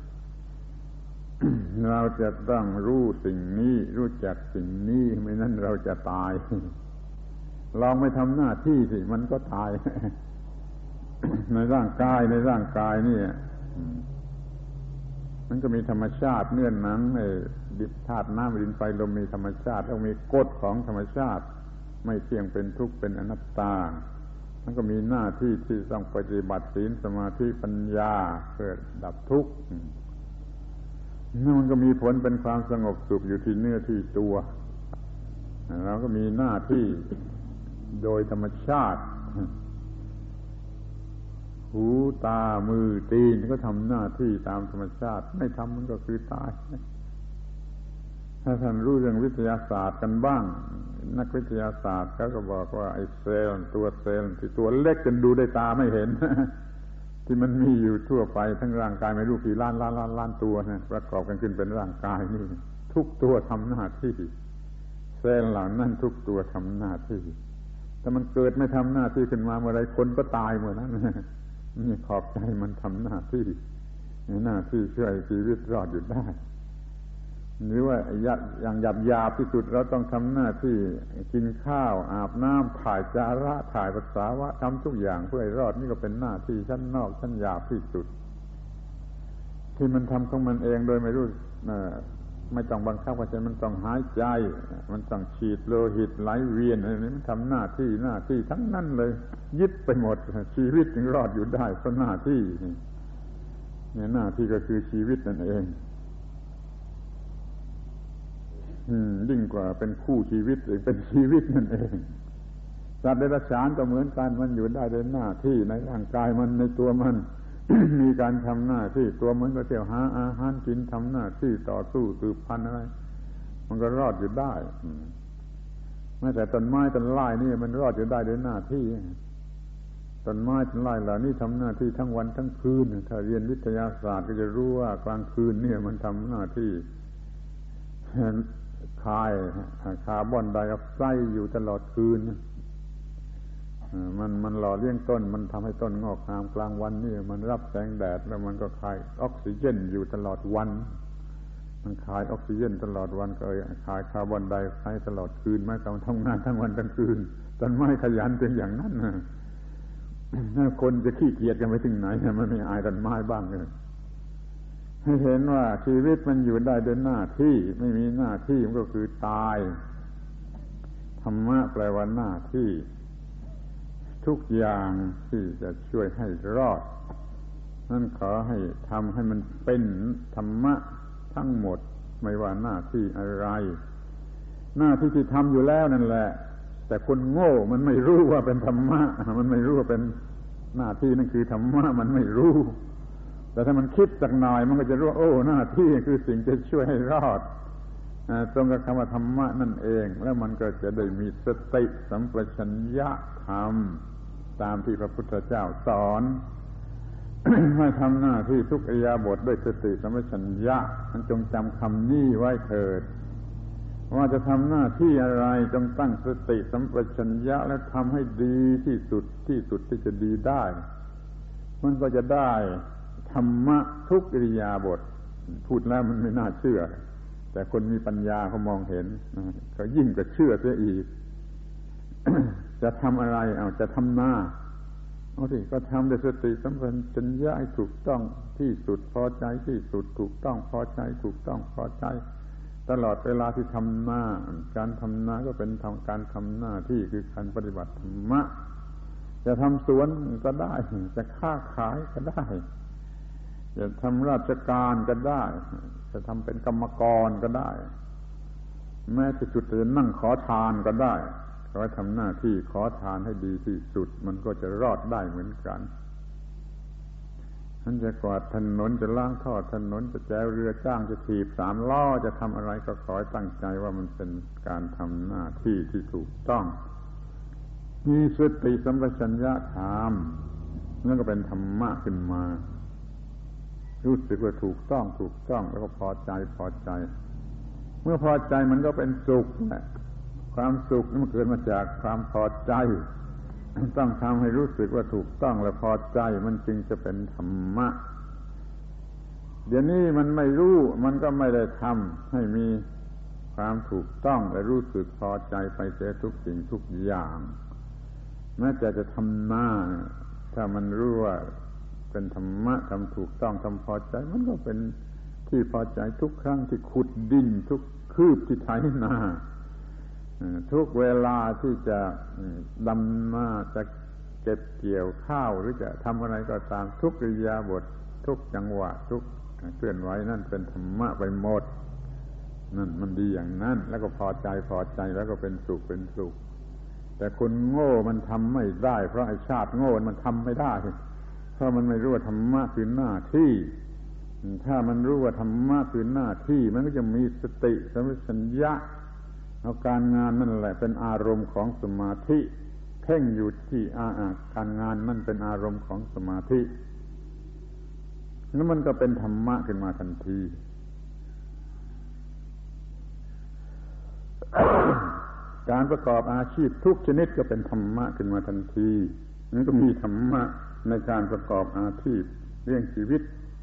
เราจะต้องรู้สิ่งนี้รู้จักสิ่งนี้ไม่นั้นเราจะตายลองไม่ทำหน้าที่สิมันก็ตาย ในร่างกายนี่มันก็มีธรรมชาติเนื้อหนังดิบธาตุน้ำดินไฟลมมีธรรมชาติแล้วมีกฎของธรรมชาติไม่เที่ยงเป็นทุกข์เป็นอนัตตามันก็มีหน้าที่ที่ต้องปฏิบัติศีลสมาธิปัญญาเพื่อดับทุกข์นั่นมันก็มีผลเป็นความสงบสุขอยู่ที่เนื้อที่ตัวเราก็มีหน้าที่โดยธรรมชาติหูตามือตีนก็ทำหน้าที่ตามธรรมชาติไม่ทำมันก็คือตายถ้าท่านรู้เรื่องวิทยาศาสตร์กันบ้างนักวิทยาศาสตร์เขาก็บอกว่าไอ้เซลล์ตัวเซลล์ที่ตัวเล็กจนดูได้ตาไม่เห็น ที่มันมีอยู่ทั่วไปทั้งร่างกายไม่รู้กี่ล้านตัวนะประกอบกันขึ้นเป็นร่างกายนี่ทุกตัวทำหน้าที่เซลล์เหล่านั้นทุกตัวทำหน้าที่ถ้ามันเกิดไม่ทำหน้าที่ขึ้นมาเมื่อไรคนก็ตายเมื่อนั้นนี่ขอบใจมันทำหน้าที่ช่วยชีวิตรอดอยู่ได้หรือว่าอย่างหยาบที่สุดเราต้องทำหน้าที่กินข้าวอาบน้ำถ่ายจาระถ่ายปัสสาวะทำทุกอย่างเพื่อให้รอดนี่ก็เป็นหน้าที่ชั้นนอกชั้นหยาบที่สุดที่มันทำของมันเองโดยไม่รู้ไม่ต้องบังคับว่าจะมันต้องหายใจมันต้องฉีดโลหิตไหลเวียนอะไรนี้มันทำหน้าที่ทั้งนั้นเลยยึดไปหมดชีวิตจึงรอดอยู่ได้เพราะหน้าที่เนี่ยหน้าที่ก็คือชีวิตนั่นเองยิ่งกว่าเป็นคู่ชีวิตหรือเป็นชีวิตนั่นเองสัตว์เดรัจฉานก็เหมือนกันมันอยู่ได้ด้วยหน้าที่ในร่างกายมันในตัวมัน มีการทำหน้าที่ตัวมันก็เที่ยวหาอาหารกินทำหน้าที่ต่อสู้สืบพันธุ์อะไรมันก็รอดอยู่ได้แม้แต่ต้นไม้ต้นไม้นี่มันรอดอยู่ได้ด้วยหน้าที่ต้นไม้ต้นไม้เหล่านี้ทำหน้าที่ทั้งวันทั้งคืนถ้าเรียนวิทยาศาสตร์ก็จะรู้ว่ากลางคืนเนี่ยมันทำหน้าที่คายคาร์บอนไดออกไซด์อยู่ตลอดคืนมันหล่อเลี้ยงต้นมันทำให้ต้นงอกงามกลางวันนี่มันรับแสงแดดแล้วมันก็คายออกซิเจนอยู่ตลอดวันมันคายออกซิเจนตลอดวันก็คายคาร์บอนไดออกไซด์ตลอดคืนไม่ต้องทำงานทั้งวันทั้งคืนต้นไม้ขยันเป็นอย่างนั้นคนจะขี้เกียจกันไปถึงไหนมันไม่อายต้นไม้บ้างเลยให้เห็นว่าชีวิตมันอยู่ได้ด้วยหน้าที่ไม่มีหน้าที่มันก็คือตายธรรมะแปลว่าหน้าที่ทุกอย่างที่จะช่วยให้รอดนั่นขอให้ทำให้มันเป็นธรรมะทั้งหมดไม่ว่าหน้าที่อะไรหน้าที่ที่ทำอยู่แล้วนั่นแหละแต่คนโง่มันไม่รู้ว่าเป็นธรรมะมันไม่รู้ว่าเป็นหน้าที่นั่นคือธรรมะมันไม่รู้แต่ถ้ามันคิดสักหน่อยมันก็จะรู้โอ้หน้าที่คือสิ่งที่ช่วยให้รอดตรงกับคำว่าธรรมะนั่นเองแล้วมันก็จะได้มีสติสัมปชัญญะธรรมตามที่พระพุทธเจ้าสอนให้ทำหน้าที่ทุกอิริยาบถด้วยสติสัมปชัญญะมันจงจำคำนี้ไว้เถิดว่าจะทำหน้าที่อะไรจงตั้งสติสัมปชัญญะและทำให้ดีที่สุดที่จะดีได้มันก็จะได้ธรรมะทุกอิริยาบถพูดแล้วมันไม่น่าเชื่อแต่คนมีปัญญาเขามองเห็นเขายิ่งจะเชื่อเสียอีก จะทำอะไรจะทำหน้าเอาสิก็ทำด้วยสติสัมปชัญญะให้ถูกต้องที่สุดพอใจที่สุดถูกต้องพอใจถูกต้องพอใจตลอดเวลาที่ทำหน้าการทำหน้าก็เป็นการทำหน้าที่คือการปฏิบัติธรรมะจะทำสวนก็ได้จะค้าขายก็ได้จะทำราชการก็ได้จะทำเป็นกรรมกรก็ได้แม้จะจุดจะนั่งขอทานก็ได้ขอให้ทำหน้าที่ขอทานให้ดีที่สุดมันก็จะรอดได้เหมือนกันท่านจะกวาดถนนจะล้างท่อถนนจะแจวเรือจ้างจะถีบ3 ล้อจะทำอะไรก็ขอให้ตั้งใจว่ามันเป็นการทำหน้าที่ที่ถูกต้องมีสติสัมปชัญญะธรรมนั่นก็เป็นธรรมะขึ้นมารู้สึกว่าถูกต้องแล้วก็พอใจเมื่อพอใจมันก็เป็นสุขแหละความสุขนี่มันเกิดมาจากความพอใจต้องทำให้รู้สึกว่าถูกต้องและพอใจมันจึงจะเป็นธรรมะเดี๋ยวนี้มันไม่รู้มันก็ไม่ได้ทำให้มีความถูกต้องและรู้สึกพอใจไปเสียทุกสิ่งทุกอย่างแม้แต่จะทำหน้าถ้ามันรู้ว่าเป็นธรรมะทำถูกต้องทำพอใจมันก็เป็นที่พอใจทุกครั้งที่ขุดดินทุกคืบที่ไถนาทุกเวลาที่จะดำนาจะเก็บเกี่ยวข้าวหรือจะทำอะไรก็ตามทุกอิริยาบถทุกจังหวะทุกเคลื่อนไหวนั่นเป็นธรรมะไปหมดนั่นมันดีอย่างนั้นแล้วก็พอใจแล้วก็เป็นสุขแต่คนโง่มันทำไม่ได้เพราะไอ้ชาติโง่มันทำไม่ได้เพราะมันไม่รู้ว่าธรรมะคือหน้าที่ถ้ามันรู้ว่าธรรมะคือหน้าที่มันก็จะมีสติสัมปชัญญะเอาการงานนั่นแหละเป็นอารมณ์ของสมาธิเพ่งอยู่ที่การงานนั่นเป็นอารมณ์ของสมาธิแล้วมันก็เป็นธรรมะขึ้นมาทันที การประกอบอาชีพทุกชนิดก็เป็นธรรมะขึ้นมาทันทีนั่นก็มีธรรมะในการประกอบอาชีพเลี้ยงชีวิต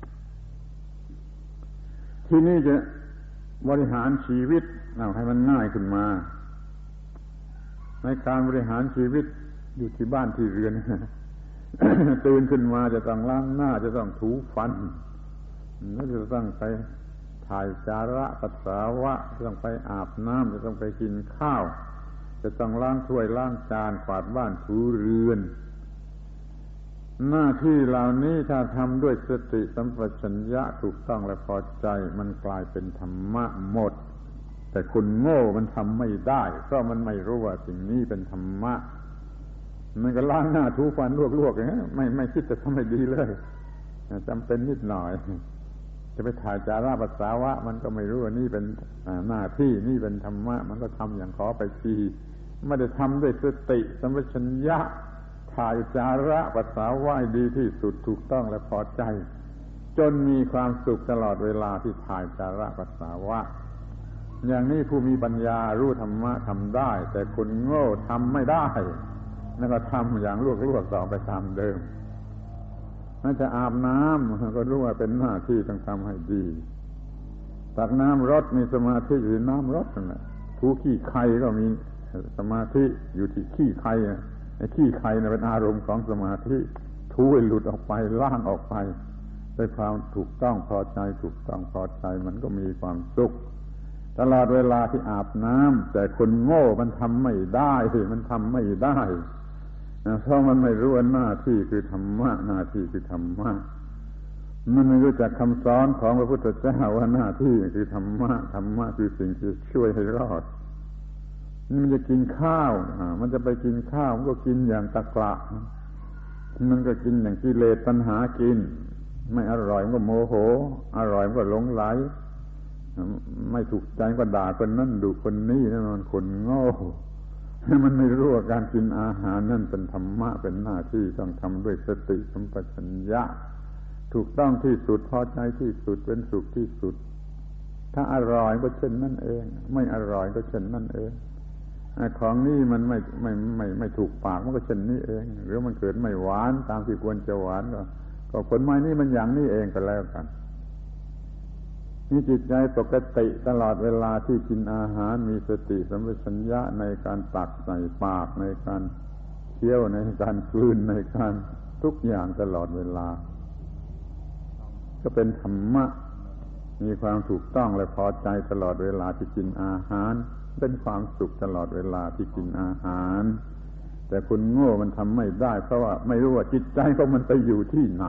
ที่นี่จะบริหารชีวิตให้มันง่ายขึ้นมาในการบริหารชีวิตอยู่ที่บ้านที่เรือน ตื่นขึ้นมาจะต้องล้างหน้าจะต้องถูฟันแล้วจะต้องไปถ่ายจาระปัสสาวะจะต้องไปอาบน้ำจะต้องไปกินข้าวจะต้องล้างถ้วยล้างจานกวาดบ้านถูเรือนหน้าที่เหล่านี้ถ้าทำด้วยสติสัมปชัญญะถูกต้องและพอใจมันกลายเป็นธรรมะหมดแต่คนโง่มันทำไม่ได้เพราะมันไม่รู้ว่าสิ่งนี้เป็นธรรมะมันก็ล้างหน้าถูฟันลวกๆอย่างนี้ไม่คิดจะทำให้ดีเลยจำเป็นนิดหน่อยจะไปถ่ายจาระปัสสาวะมันก็ไม่รู้ว่านี่เป็นหน้าที่นี่เป็นธรรมะมันก็ทำอย่างขอไปทีไม่ได้ทำด้วยสติสัมปชัญญะถ่ายจาระปัสสาวะดีที่สุดถูกต้องและพอใจจนมีความสุขตลอดเวลาที่ถ่ายจาระปัสสาวะอย่างนี้ผู้มีปัญญารู้ธรรมะทำได้แต่คนโง่ทำไม่ได้แล้วก็ทำอย่างลวกๆต่อไปตามเดิมถ้าจะอาบน้ำก็รู้ว่าเป็นหน้าที่ต้องทำให้ดีตักน้ำรดมีสมาธิอยู่ในน้ำรดนั่นแหละถูขี้ไข่ก็มีสมาธิอยู่ที่ขี้ไข่ไอ้ขี้ไข่เป็นอารมณ์ของสมาธิถูให้หลุดออกไปล้างออกไปด้วยความถูกต้องพอใจถูกต้องพอใจมันก็มีความสุขตลอดเวลาที่อาบน้ำแต่คนโง่มันทำไม่ได้มันทำไม่ได้เพราะมันไม่รู้ว่าหน้าที่คือธรรมะหน้าที่คือธรรมะมันไม่รู้จักคำสอนของพระพุทธเจ้าว่าหน้าที่คือธรรมะธรรมะคือสิ่งที่ช่วยให้รอดมันจะกินข้าวมันจะไปกินข้าวมันก็กินอย่างตะกละมันก็กินอย่างกิเลสตัณหากินไม่อร่อยมันก็โมโหอร่อยมันก็หลงไหลไม่ถูกใจก็ด่าคนนั้นดุคนนี้นั่นมันคนโง่มันไม่รู้ว่าการกินอาหารนั่นเป็นธรรมะเป็นหน้าที่ต้องทำด้วยสติสัมปชัญญะถูกต้องที่สุดพอใจที่สุดเป็นสุขที่สุดถ้าอร่อยก็เช่นนั่นเองไม่อร่อยก็เช่นนั่นเองของนี้มันไม่ถูกปากมันก็เช่นนี้เองหรือมันเกิดไม่หวานตามที่ควรจะหวานก็ผลไม้นี่มันอย่างนี้เองก็แล้วกันมีจิตใจปกติตลอดเวลาที่กินอาหารมีสติสัมปชัญญะในการตักใส่ปากในการเคี้ยวในการกลืนในการทุกอย่างตลอดเวลาก็เป็นธรรมะมีความถูกต้องและพอใจตลอดเวลาที่กินอาหารเป็นความสุขตลอดเวลาที่กินอาหารแต่คนโง่มันทำไม่ได้เพราะว่าไม่รู้ว่าจิตใจของมันไปอยู่ที่ไหน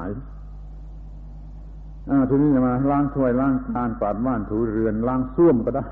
ทีนี้จะมาล้างถ้วยล้างจานกวาดบ้านถูเรือนล้างส้วมก็ได้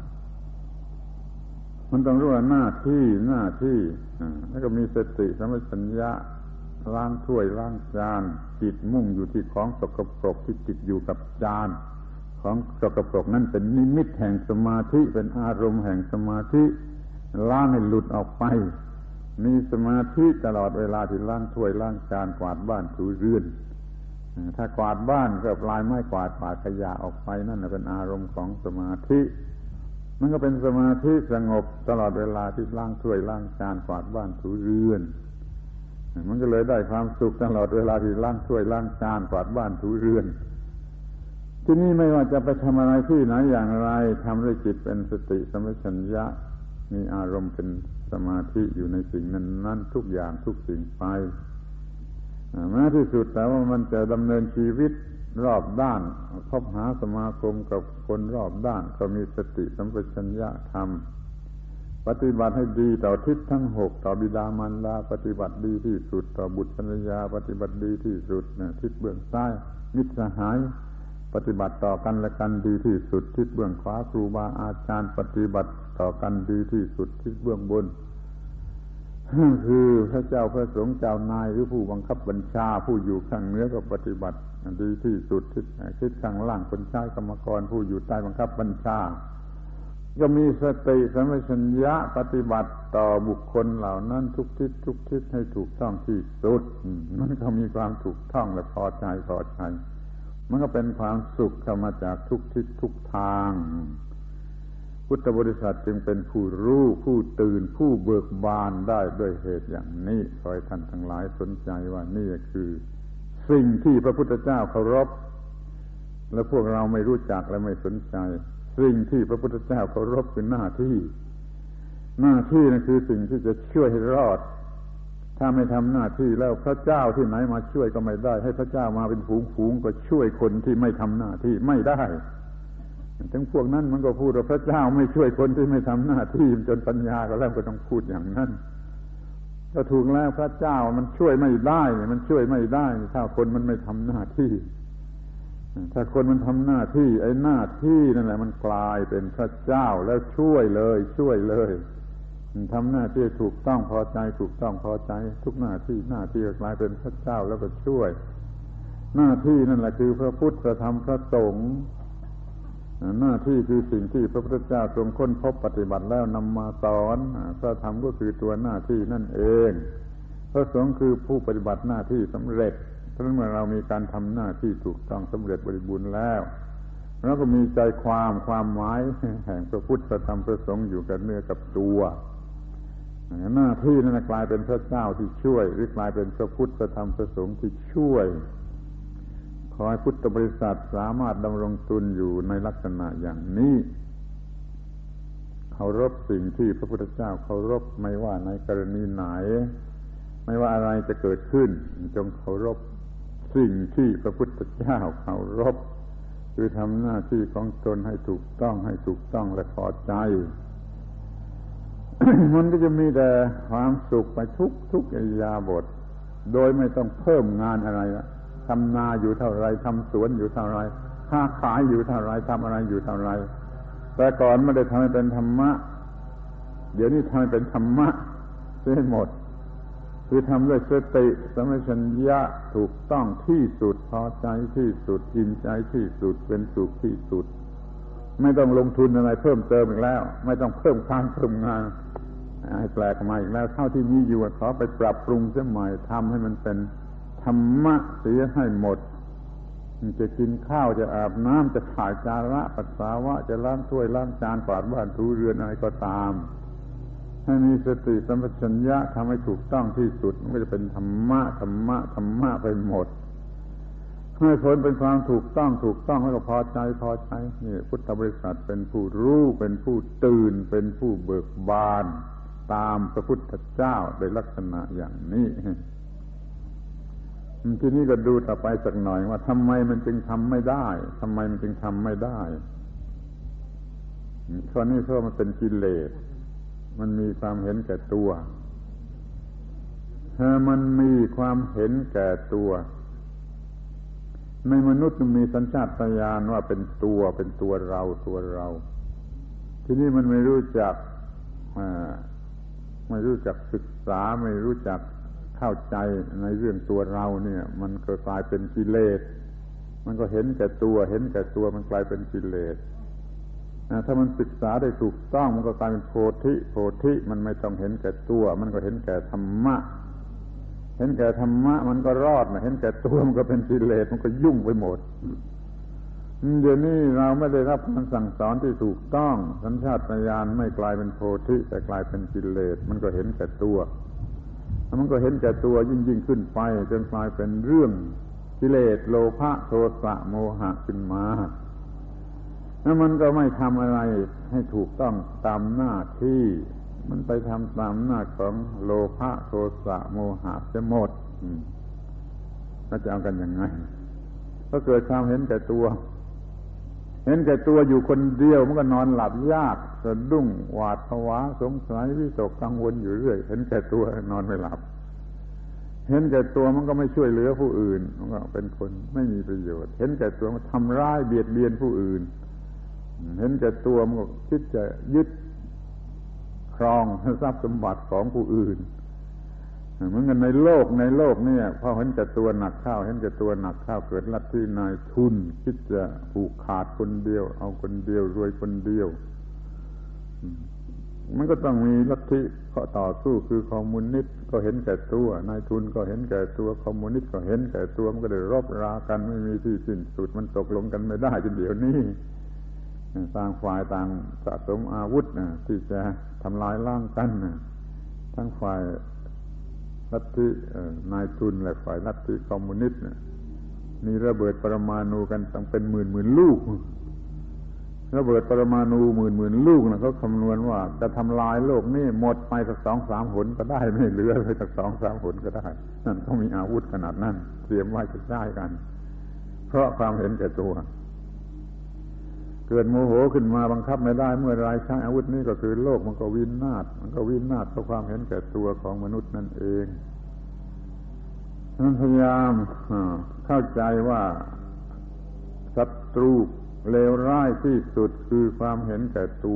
มันต้องรู้ว่าหน้าที่แล้วก็มีสติสัมปชัญญะล้างถ้วยล้างจานจิตมุ่งอยู่ที่ของสกปรกที่ติดอยู่กับจานของสกปรกนั้นเป็นนิมิตแห่งสมาธิเป็นอารมณ์แห่งสมาธิล้างให้หลุดออกไปมีสมาธิตลอดเวลาที่ล้างถ้วยล้างจานกวาดบ้านถูเรือนถ้ากวาดบ้านก็ปลายไม้กวาดปาดขยะออกไปนั่นเป็นอารมณ์ของสมาธิมันก็เป็นสมาธิสงบตลอดเวลาที่ล้างถ้วยล้างจานกวาดบ้านถูเรือนมันก็เลยได้ความสุขตลอดเวลาที่ล้างถ้วยล้างจานกวาดบ้านถูเรือนที่นี่ไม่ว่าจะไปทำอะไรที่ไหนอย่างไรทำด้วยจิตเป็นสติสัมปชัญญะมีอารมณ์เป็นสมาธิอยู่ในสิ่งนั้นทุกอย่างทุกสิ่งไปแม้ที่สุดแต่ว่ามันจะดำเนินชีวิตรอบด้านคบหาสมาคมกับคนรอบด้านก็มีสติสัมปชัญญะทำปฏิบัติให้ดีต่อทิศทั้งหกต่อบิดามารดาปฏิบัติดีที่สุดต่อบุตรภรรยาปฏิบัติดีที่สุดทิศเบื้องซ้ายมิตรสหายปฏิบัติต่อกันและกันดีที่สุดทิศเบื้องขวาครูบาอาจารย์ปฏิบัติต่อกันดีที่สุดทิศเบื้องบนคือพระเจ้าพระสงฆ์เจ้านายหรือผู้บังคับบัญชาผู้อยู่ข้างเหนือก็ปฏิบัติดีที่สุดคิดข้างล่างคนใช้กรรมกรผู้อยู่ใต้บังคับบัญชาก็มีสติสัมปชัญญะปฏิบัติต่อบุคคลเหล่านั้นทุกทิศให้ถูกต้องที่สุดมันก็มีความถูกต้องและพอใจมันก็เป็นความสุขเข้ามาจากทุกทิศทุกทางพุทธบริษัทจึงเป็นผู้รู้ผู้ตื่นผู้เบิกบานได้ด้วยเหตุอย่างนี้ขอให้ท่านทั้งหลายสนใจว่านี่คือสิ่งที่พระพุทธเจ้าเคารพและพวกเราไม่รู้จักและไม่สนใจสิ่งที่พระพุทธเจ้าเคารพคือหน้าที่นั่นคือสิ่งที่จะช่วยให้รอดถ้าไม่ทำหน้าที่แล้วพระเจ้าที่ไหนมาช่วยก็ไม่ได้ให้พระเจ้ามาเป็นฝูงก็ช่วยคนที่ไม่ทำหน้าที่ไม่ได้ถึงพวกนั้นมันก็พูดว่าพระเจ้าไม่ช่วยคนที่ไม่ทำหน้าที่จนปัญญาก็แล้วก็ต้องพูดอย่างนั้นก็ถูกแล้วพระเจ้ามันช่วยไม่ได้ถ้าคนมันไม่ทำหน้าที่ถ้าคนมันทำหน้าที่ไอ้หน้าที่นั่นแหละมันกลายเป็นพระเจ้าแล้วช่วยเลยทำหน้าที่ถูกต้องพอใจทุกหน้าที่ก็กลายเป็นพระเจ้าแล้วก็ช่วยหน้าที่นั่นแหละคือพระพุทธพระธรรมพระสงฆ์หน้าที่คือสิ่งที่พระพุทธเจ้าทรงค้นพบปฏิบัติแล้วนำมาสอนพระธรรมก็คือตัวหน้าที่นั่นเองพระสงฆ์คือผู้ปฏิบัติหน้าที่สำเร็จเพราะเมื่อเรามีการทำหน้าที่ถูกต้องสำเร็จบริบูรณ์แล้วเราก็มีใจความหมายแห่งพระพุทธพระธรรมพระสงฆ์อยู่กับเนื้อกับตัวหน้าที่นั้นกลายเป็นพระเจ้าที่ช่วยหรือกลายเป็นพระพุทธพระธรรมพระสงฆ์ที่ช่วยขอให้พุทธบริษัทสามารถดำรงตนอยู่ในลักษณะอย่างนี้เคารพสิ่งที่พระพุทธเจ้าเคารพไม่ว่าในกรณีไหนไม่ว่าอะไรจะเกิดขึ้นจงเคารพสิ่งที่พระพุทธเจ้าเคารพคือทำหน้าที่ของตนให้ถูกต้องและพอใจ มันก็จะมีแต่ความสุขไปทุกอิริยาบถโดยไม่ต้องเพิ่มงานอะไรละทำนาอยู่เท่าไรทำสวนอยู่เท่าไรค้าขายอยู่เท่าไรทำอะไรอยู่เท่าไรแต่ก่อนไม่ได้ทำให้เป็นธรรมะเดี๋ยวนี้ทำให้เป็นธรรมะเสียหมดคือทำด้วยสติสัมปชัญญะถูกต้องที่สุดพอใจที่สุดอิ่มใจที่สุดเป็นสุขที่สุดไม่ต้องลงทุนอะไรเพิ่มเติมอีกแล้วไม่ต้องเพิ่มการเพิ่มงานให้แปลกมาอีกแล้วเท่าที่มีอยู่ขอไปปรับปรุงเสียใหม่ทำให้มันเป็นธรรมะเสียให้หมดจะกินข้าวจะอาบน้ำจะถ่ายจาระปัสสาวะจะล้างถ้วยล้างจานกวาดบ้านถูเรือนอะไรก็ตามให้มีสติสัมปชัญญะทำให้ถูกต้องที่สุดมันก็จะเป็นธรรมะไปหมดให้ผลเป็นความถูกต้องแล้วก็พอใจนี่พุทธบริษัทเป็นผู้รู้เป็นผู้ตื่นเป็นผู้เบิกบานตามพระพุทธเจ้าโดยลักษณะอย่างนี้ทีนี้ก็ดูต่อไปสักหน่อยว่าทำไมมันจึงทำไม่ได้ข้อนี้เพราะมันเป็นกิเลสมันมีความเห็นแก่ตัวมันมีความเห็นแก่ตัวในมนุษย์มันมีสัญชาตญาณว่าเป็นตัวเราทีนี้มันไม่รู้จักศึกษาไม่รู้จักเข้าใจในเรื่องตัวเราเนี่ยมันก็กลายเป็นกิเลสมันก็เห็นแก่ตัวมันกลายเป็นกิเลสถ้ามันศึกษาได้ถูกต้องมันก็กลายเป็นโพธิมันไม่ต้องเห็นแก่ตัวมันก็เห็นแก่ธรรมะมันก็รอดนะเห็นแก่ตัวมันก็เป็นกิเลสมันก็ยุ่งไปหมดเดี๋ยวนี้เราไม่ได้รับการสั่งสอนที่ถูกต้องสัญชาตญาณไม่กลายเป็นโพธิแต่กลายเป็นกิเลสมันก็เห็นแก่ตัวมันก็เห็นแก่ตัวยิ่งขึ้นไปจนกลายเป็นเรื่องกิเลสโลภะโทสะโมหะขึ้นมาแล้วมันก็ไม่ทำอะไรให้ถูกต้องตามหน้าที่มันไปทำตามหน้าของโลภะโทสะโมหะจะหมดก็จะเอากันยังไงก็เกิดความเห็นแก่ตัวอยู่คนเดียวมันก็นอนหลับยากสะดุ้งหวาดผวาสงสัยวิตกกังวลอยู่เรื่อยเห็นแก่ตัวนอนไม่หลับเห็นแก่ตัวมันก็ไม่ช่วยเหลือผู้อื่นมันก็เป็นคนไม่มีประโยชน์เห็นแก่ตัวมันทำร้ายเบียดเบียนผู้อื่นเห็นแก่ตัวมันก็คิดจะยึดครองทรัพย์สมบัติของผู้อื่นเหมือนกันในโลกเนี่ยพอเห็นแก่ตัวหนักเข้าเกิดลัทธินายทุนคิดจะผูกขาดคนเดียวเอาคนเดียวรวยคนเดียวมันก็ต้องมีลัทธิต่อสู้คือคอมมิวนิสต์ก็เห็นแก่ตัวนายทุนก็เห็นแก่ตัวคอมมิวนิสต์ก็เห็นแก่ตัวมันก็ได้รบรากันไม่มีที่สิ้นสุดมันตกลงกันไม่ได้จนเดี๋ยวนี้ต่างฝ่ายต่างสะสมอาวุธที่จะทำลายล้างกันทั้งฝ่ายลัทธินายทุนและฝ่ายลัทธิคอมมิวนิสต์มีระเบิดปรมาณูกันตั้งเป็นหมื่นลูกระเบิดปรมาณูหมื่นลูกเขาคำนวณว่าจะทำลายโลกนี้หมดไปสัก 2-3 หนก็ได้ไม่เหลือเลยสัก 2-3 หนก็ได้นั่นต้องมีอาวุธขนาดนั้นเตรียมไว้จะได้กันเพราะความเห็นแก่ตัวเกิดโมโหขึ้นมาบังคับไม่ได้เมื่อไรใช้อาวุธนี้ก็คือโลกมันก็วินาศเพราะความเห็นแก่ตัวของมนุษย์นั่นเองนั้นพยายามเข้าใจว่าศัตรูเลวร้ายที่สุดคือความเห็นแก่ตัว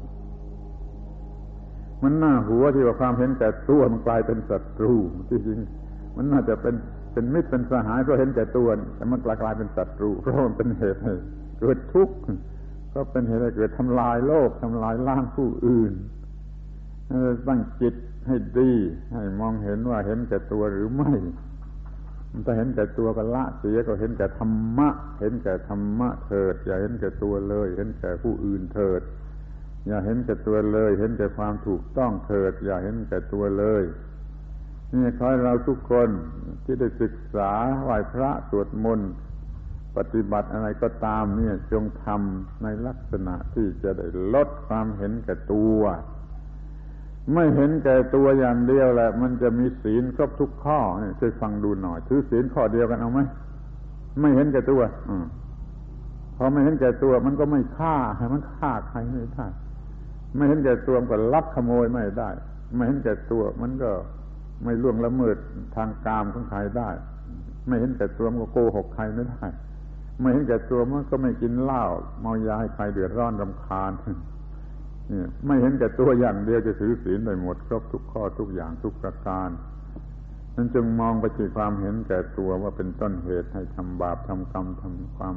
มันน่าหัวที่ว่าความเห็นแก่ตัวมันกลายเป็นศัตรูจริงๆมันน่าจะเป็นมิตรเป็นสหายเพราะเห็นแก่ตัวแต่มันกลายเป็นศัตรูเพราะมันเป็นเหตุให้เกิดทุกข์ก็เป็นเหตุให้เกิดทำลายโลกทำลายล้างผู้อื่นตั้งจิตให้ดีให้มองเห็นว่าเห็นแก่ตัวหรือไม่ถ้าเห็นแก่ตัวก็ละเสียก็เห็นแก่ธรรมะเห็นแก่ธรรมะเถิดอย่าเห็นแก่ตัวเลยเห็นแก่ผู้อื่นเถิดอย่าเห็นแก่ตัวเลยเห็นแก่ความถูกต้องเถิดอย่าเห็นแก่ตัวเลยนี่ขอให้เราทุกคนที่ได้ศึกษาไหว้พระสวดมนต์ปฏิบัติอะไรก็ตามเนี่ยจงทำในลักษณะที่จะได้ลดความเห็นแก่ตัวไม่เห็นแก่ตัวอย่างเดียวแหละมันจะมีศีลครบทุกข้อนี่ช่วยฟังดูหน่อยถือศีลข้อเดียวกันเอาไหมไม่เห็นแก่ตัวพอไม่เห็นแก่ตัวมันก็ไม่ฆ่ามันฆ่าใครไม่ได้ไม่เห็นแก่ตัวมันก็ลักขโมยไม่ได้ไม่เห็นแก่ตัวมันก็ไม่ล่วงละเมิดทางกามของใครได้ไม่เห็นแก่ตัวมันก็โกหกใครไม่ได้ไม่เห็นแก่ตัวมันก็ไม่กินเหล้าเมายาให้ใครเดือดร้อนรำคาญไม่เห็นแก่ตัวอย่างเดียวจะถือศีลได้หมดครบทุกข้อทุกอย่างทุกประการนั้นจึงมองไปที่ความเห็นแก่ตัวว่าเป็นต้นเหตุให้ทำบาปทำกรรมทำความ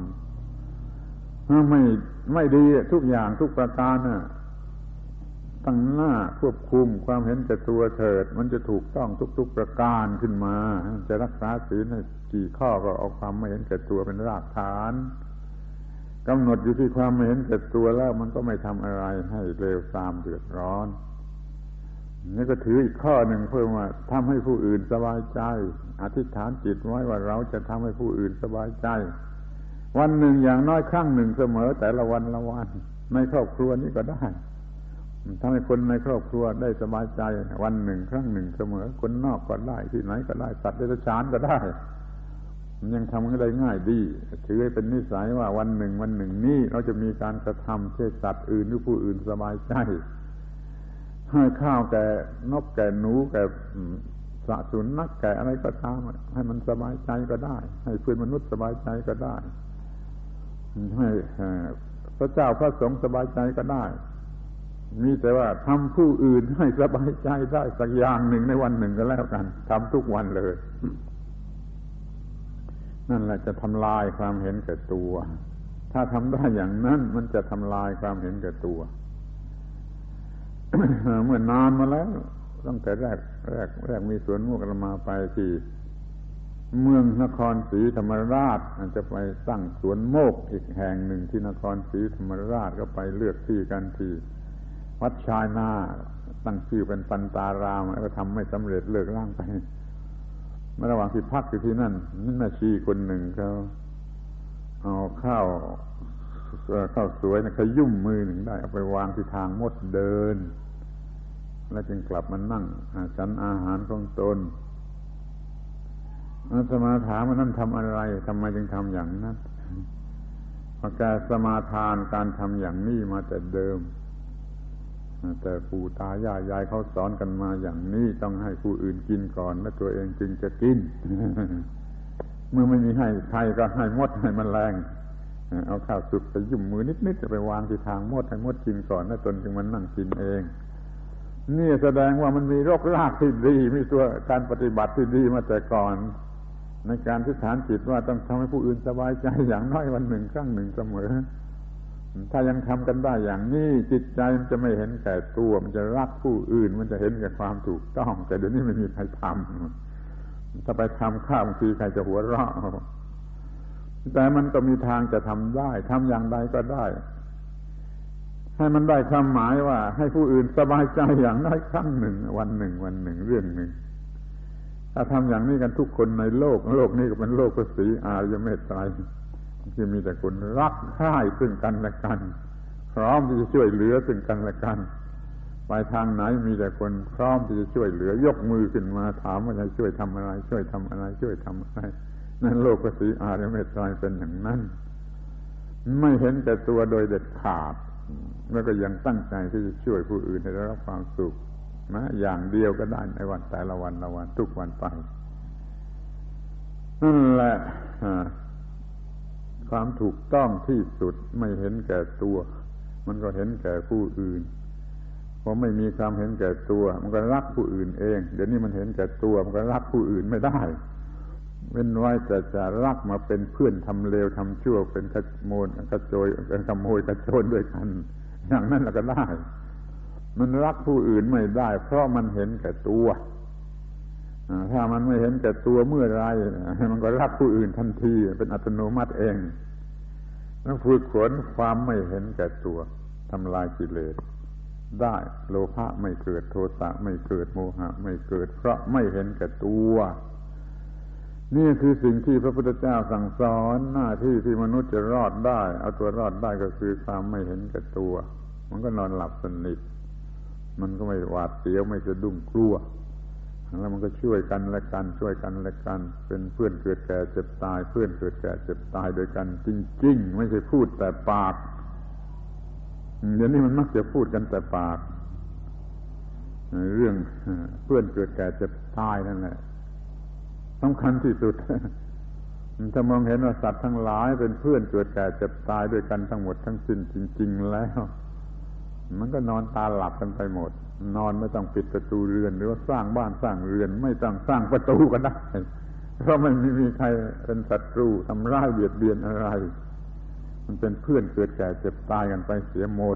ไม่ดีทุกอย่างทุกประการตั้งหน้าควบคุมความเห็นแก่ตัวเถิดมันจะถูกต้องทุกประการขึ้นมาจะรักษาศีลกี่ข้อก็เอาความไม่เห็นแก่ตัวเป็นรากฐานกำหนดอยู่ที่ความไม่เห็นแก่ตัวแล้วมันก็ไม่ทำอะไรให้เลวทรามเดือดร้อนนี่ก็ถืออีกข้อหนึ่งเพิ่มว่าทำให้ผู้อื่นสบายใจอธิษฐานจิตไว้ว่าเราจะทำให้ผู้อื่นสบายใจวันหนึ่งอย่างน้อยครั้งหนึ่งเสมอแต่ละวันในครอบครัวนี้ก็ได้ทำให้คนในครอบครัวได้สบายใจวันหนึ่งครั้งหนึ่งเสมอคนนอกก็ได้ที่ไหนก็ได้สัตว์เดรัจฉานก็ได้ยังทำกันได้ง่ายดีถือให้เป็นนิสัยว่าวันหนึ่งนี้เราจะมีการกระทำเช่นสัตว์อื่นหรือผู้อื่นสบายใจให้ข้าวแก่นกแก่หนูแก่สัตว์สุนัขแก่อะไรก็ตามให้มันสบายใจก็ได้ให้เพื่อนมนุษย์สบายใจก็ได้ให้พระเจ้าพระสงฆ์สบายใจก็ได้มีแต่ว่าทำผู้อื่นให้สบายใจได้สักอย่างหนึ่งในวันหนึ่งก็แล้วกันทำทุกวันเลยนั่นแหละจะทำลายความเห็นแก่ตัวถ้าทำได้อย่างนั้นมันจะทำลายความเห็นแก่ตัว เมื่อนานมาแล้วตั้งแต่แรกมีสวนโมกข์มาไปที่เมืองนครศรีธรรมราชจะไปตั้งสวนโมกข์อีกแห่งหนึ่งที่นครศรีธรรมราชก็ไปเลือกที่กันที่วัดชายนาตั้งชื่อเป็นปันตารามแล้วก็ทำไม่สำเร็จเลิกล่างไปเมื่อระหว่างที่พักอยู่ที่นั่นแม่ชีคนหนึ่งเขาเอาข้าวสวยขยุ่มมือหนึ่งได้เอาไปวางที่ทางมดเดินแล้วจึงกลับมานั่งฉันอาหารของตนอาตมาถามว่านั่นทำอะไรทำไมจึงทำอย่างนั้นเพราะแกสมาทานการทำอย่างนี้มาแต่เดิมแต่ปู่ตายายเขาสอนกันมาอย่างนี้ต้องให้ผู้อื่นกินก่อนแล้วตัวเองจึงจะกิน เมื่อไม่มีให้ใครก็ให้มดให้แมลงเอาข้าวสุกไปยุ่มมือนิดๆจะไปวางที่ทางมดให้มดกินก่อนแล้วตนจึงมานั่งกินเองนี่แสดงว่ามันมีรกรากที่ดีมีตัวการปฏิบัติที่ดีมาแต่ก่อนในการทิฏฐานจิตว่าต้องทำให้ผู้อื่นสบายใจอย่างน้อยวันหนึ่งครั้งหนึ่งเสมอถ้ายังทำกันได้อย่างนี้จิตใจมันจะไม่เห็นแก่ตัวมันจะรักผู้อื่นมันจะเห็นแก่ความถูกต้องแต่เดี๋ยวนี้ไม่มีใครทำถ้าไปทำข้าวบางทีใครจะหัวเราะแต่มันก็มีทางจะทำได้ทำอย่างใดก็ได้ให้มันได้ความหมายว่าให้ผู้อื่นสบายใจอย่างน้อยครั้งหนึ่งวันหนึ่งเรื่องหนึ่งถ้าทำอย่างนี้กันทุกคนในโลกนี้ก็เป็นโลกพระศรีอริยเมตไตรที่มีแต่คนรักใคร่ซึ่งกันและกันพร้อมที่จะช่วยเหลือซึ่งกันและกันไปทางไหนมีแต่คนพร้อมที่จะช่วยเหลือยกมือขึ้นมาถามว่าจะช่วยทำอะไรช่วยทำอะไรนั่นโลกพระศรีอริยเมตไตรเป็นอย่างนั้นไม่เห็นแก่ตัวโดยเด็ดขาดแล้วก็ยังตั้งใจที่จะช่วยผู้อื่นให้ได้รับความสุขนะอย่างเดียวก็ได้ในวันแต่ละวันทุกวันไปนั่นแหละความถูกต้องที่สุดไม่เห็นแก่ตัวมันก็เห็นแก่ผู้อื่นพอไม่มีความเห็นแก่ตัวมันก็รักผู้อื่นเองเดี๋ยวนี้มันเห็นแก่ตัวมันก็รักผู้อื่นไม่ได้เว้นไว้แต่จะรักมาเป็นเพื่อนทำเลวทำชั่วเป็นขโมยกระโจนเป็นขโมยกระโจนด้วยกันอย่างนั้นเราก็ได้มันรักผู้อื่นไม่ได้เพราะมันเห็นแก่ตัวถ้ามันไม่เห็นแก่ตัวเมื่อไรมันก็รักผู้อื่นทันทีเป็นอัตโนมัติเองต้องฝึกฝนความไม่เห็นแก่ตัวทำลายกิเลสได้โลภะไม่เกิดโทสะไม่เกิดโมหะไม่เกิดเพราะไม่เห็นแก่ตัวนี่คือสิ่งที่พระพุทธเจ้าสั่งสอนหน้าที่ที่มนุษย์จะรอดได้เอาตัวรอดได้ก็คือความไม่เห็นแก่ตัวมันก็นอนหลับสนิทมันก็ไม่หวาดเสียวไม่สะดุ้งกลัวแล้วมันก็ช่วยกันและกันเป็นเพื่อนเกิดแก่เจ็บตายเพื่อนเกิดแก่เจ็บตายโดยกันจริงๆไม่ใช่พูดแต่ปากเดี๋ยวนี้มันมักจะพูดกันแต่ปากเรื่องเพื่อนเกิดแก่เจ็บตายนั่นแหละสำคัญที่สุดถ้ามองเห็นว่าสัตว์ทั้งหลายเป็นเพื่อนเกิดแก่เจ็บตายด้วยกันทั้งหมดทั้งสิ้นจริงๆแล้วมันก็นอนตาหลับกันไปหมดนอนไม่ต้องปิดประตูเรือนหรือว่าสร้างบ้านสร้างเรือนไม่ต้องสร้างประตูก็ได้เพราะไม่มีใครเป็นศัตรูทำร้ายเบียดเบียนอะไรมันเป็นเพื่อนเกิดแก่เจ็บตายกันไปเสียหมด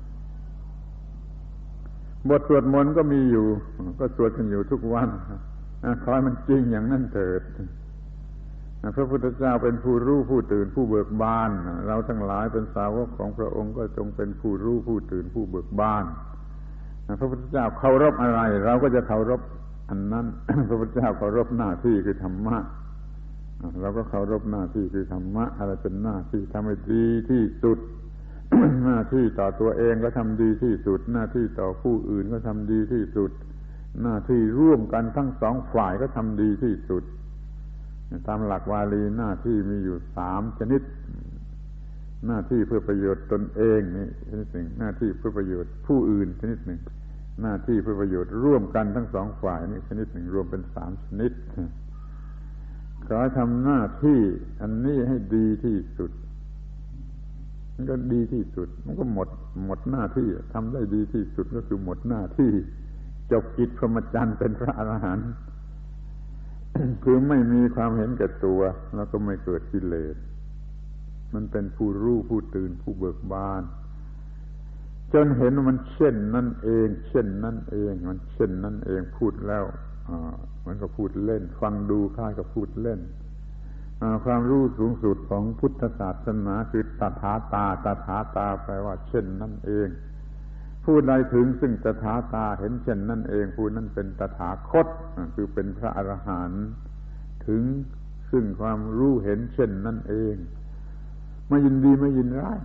บทสวดมนต์ก็มีอยู่ก็สวดกันอยู่ทุกวันขอให้มันจริงอย่างนั้นเถิดพระพุทธเจ้าเป็นผู้รู้ผู้ตื่นผู้เบิกบานเราทั้งหลายเป็นสาวกของพระองค์ก็จงเป็นผู้รู้ผู้ตื่นผู้เบิกบานพระพุทธเจ้าเคารพอะไรเราก็จะเคารพอันนั้น พระพุทธเจ้าเคารพหน้าที่คือธรรมะเราก็เคารพหน้าที่คือธรรมะอะไรเป็นหน้าที่ทำให้ดีที่สุด หน้าที่ต่อตัวเองก็ทำดีที่สุดหน้าที่ต่อผู้อื่นก็ทำดีที่สุดหน้าที่ร่วมกันทั้งสองฝ่ายก็ทำดีที่สุดตามหลักวาลีหน้าที่มีอยู่3ชนิดหน้าที่เพื่อประโยชน์ตนเองนี่ชนิดหนึ่งหน้าที่เพื่อประโยชน์ผู้อื่นชนิดหนึ่งหน้าที่เพื่อประโยชน์ร่วมกันทั้งสองฝ่ายนี่ชนิดหนึ่งรวมเป็น3ชนิดขอให้ทำหน้าที่อันนี้ให้ดีที่สุดมันก็ดีที่สุดมันก็หมดหน้าที่ทำได้ดีที่สุดก็คือหมดหน้าที่จบกิจพรหมจรรย์เป็นพระอรหันต์ คือไม่มีความเห็นแก่ตัวแล้วก็ไม่เกิดกิเลสมันเป็นผู้รู้ผู้ตื่นผู้เบิกบานจนเห็นว่ามันเช่นนั่นเองมันเช่นนั่นเองพูดแล้วมันก็พูดเล่นฟังดูคล้ายกับพูดเล่นความรู้สูงสุดของพุทธศาสนาคือตถาตาแปลว่าเช่นนั่นเองผู้ใดถึงซึ่งตถาตาเห็นเช่นนั่นเองผู้นั้นเป็นตถาคตคือเป็นพระอรหันต์ถึงซึ่งความรู้เห็นเช่นนั่นเองไม่ยินดีไม่ยินร้าย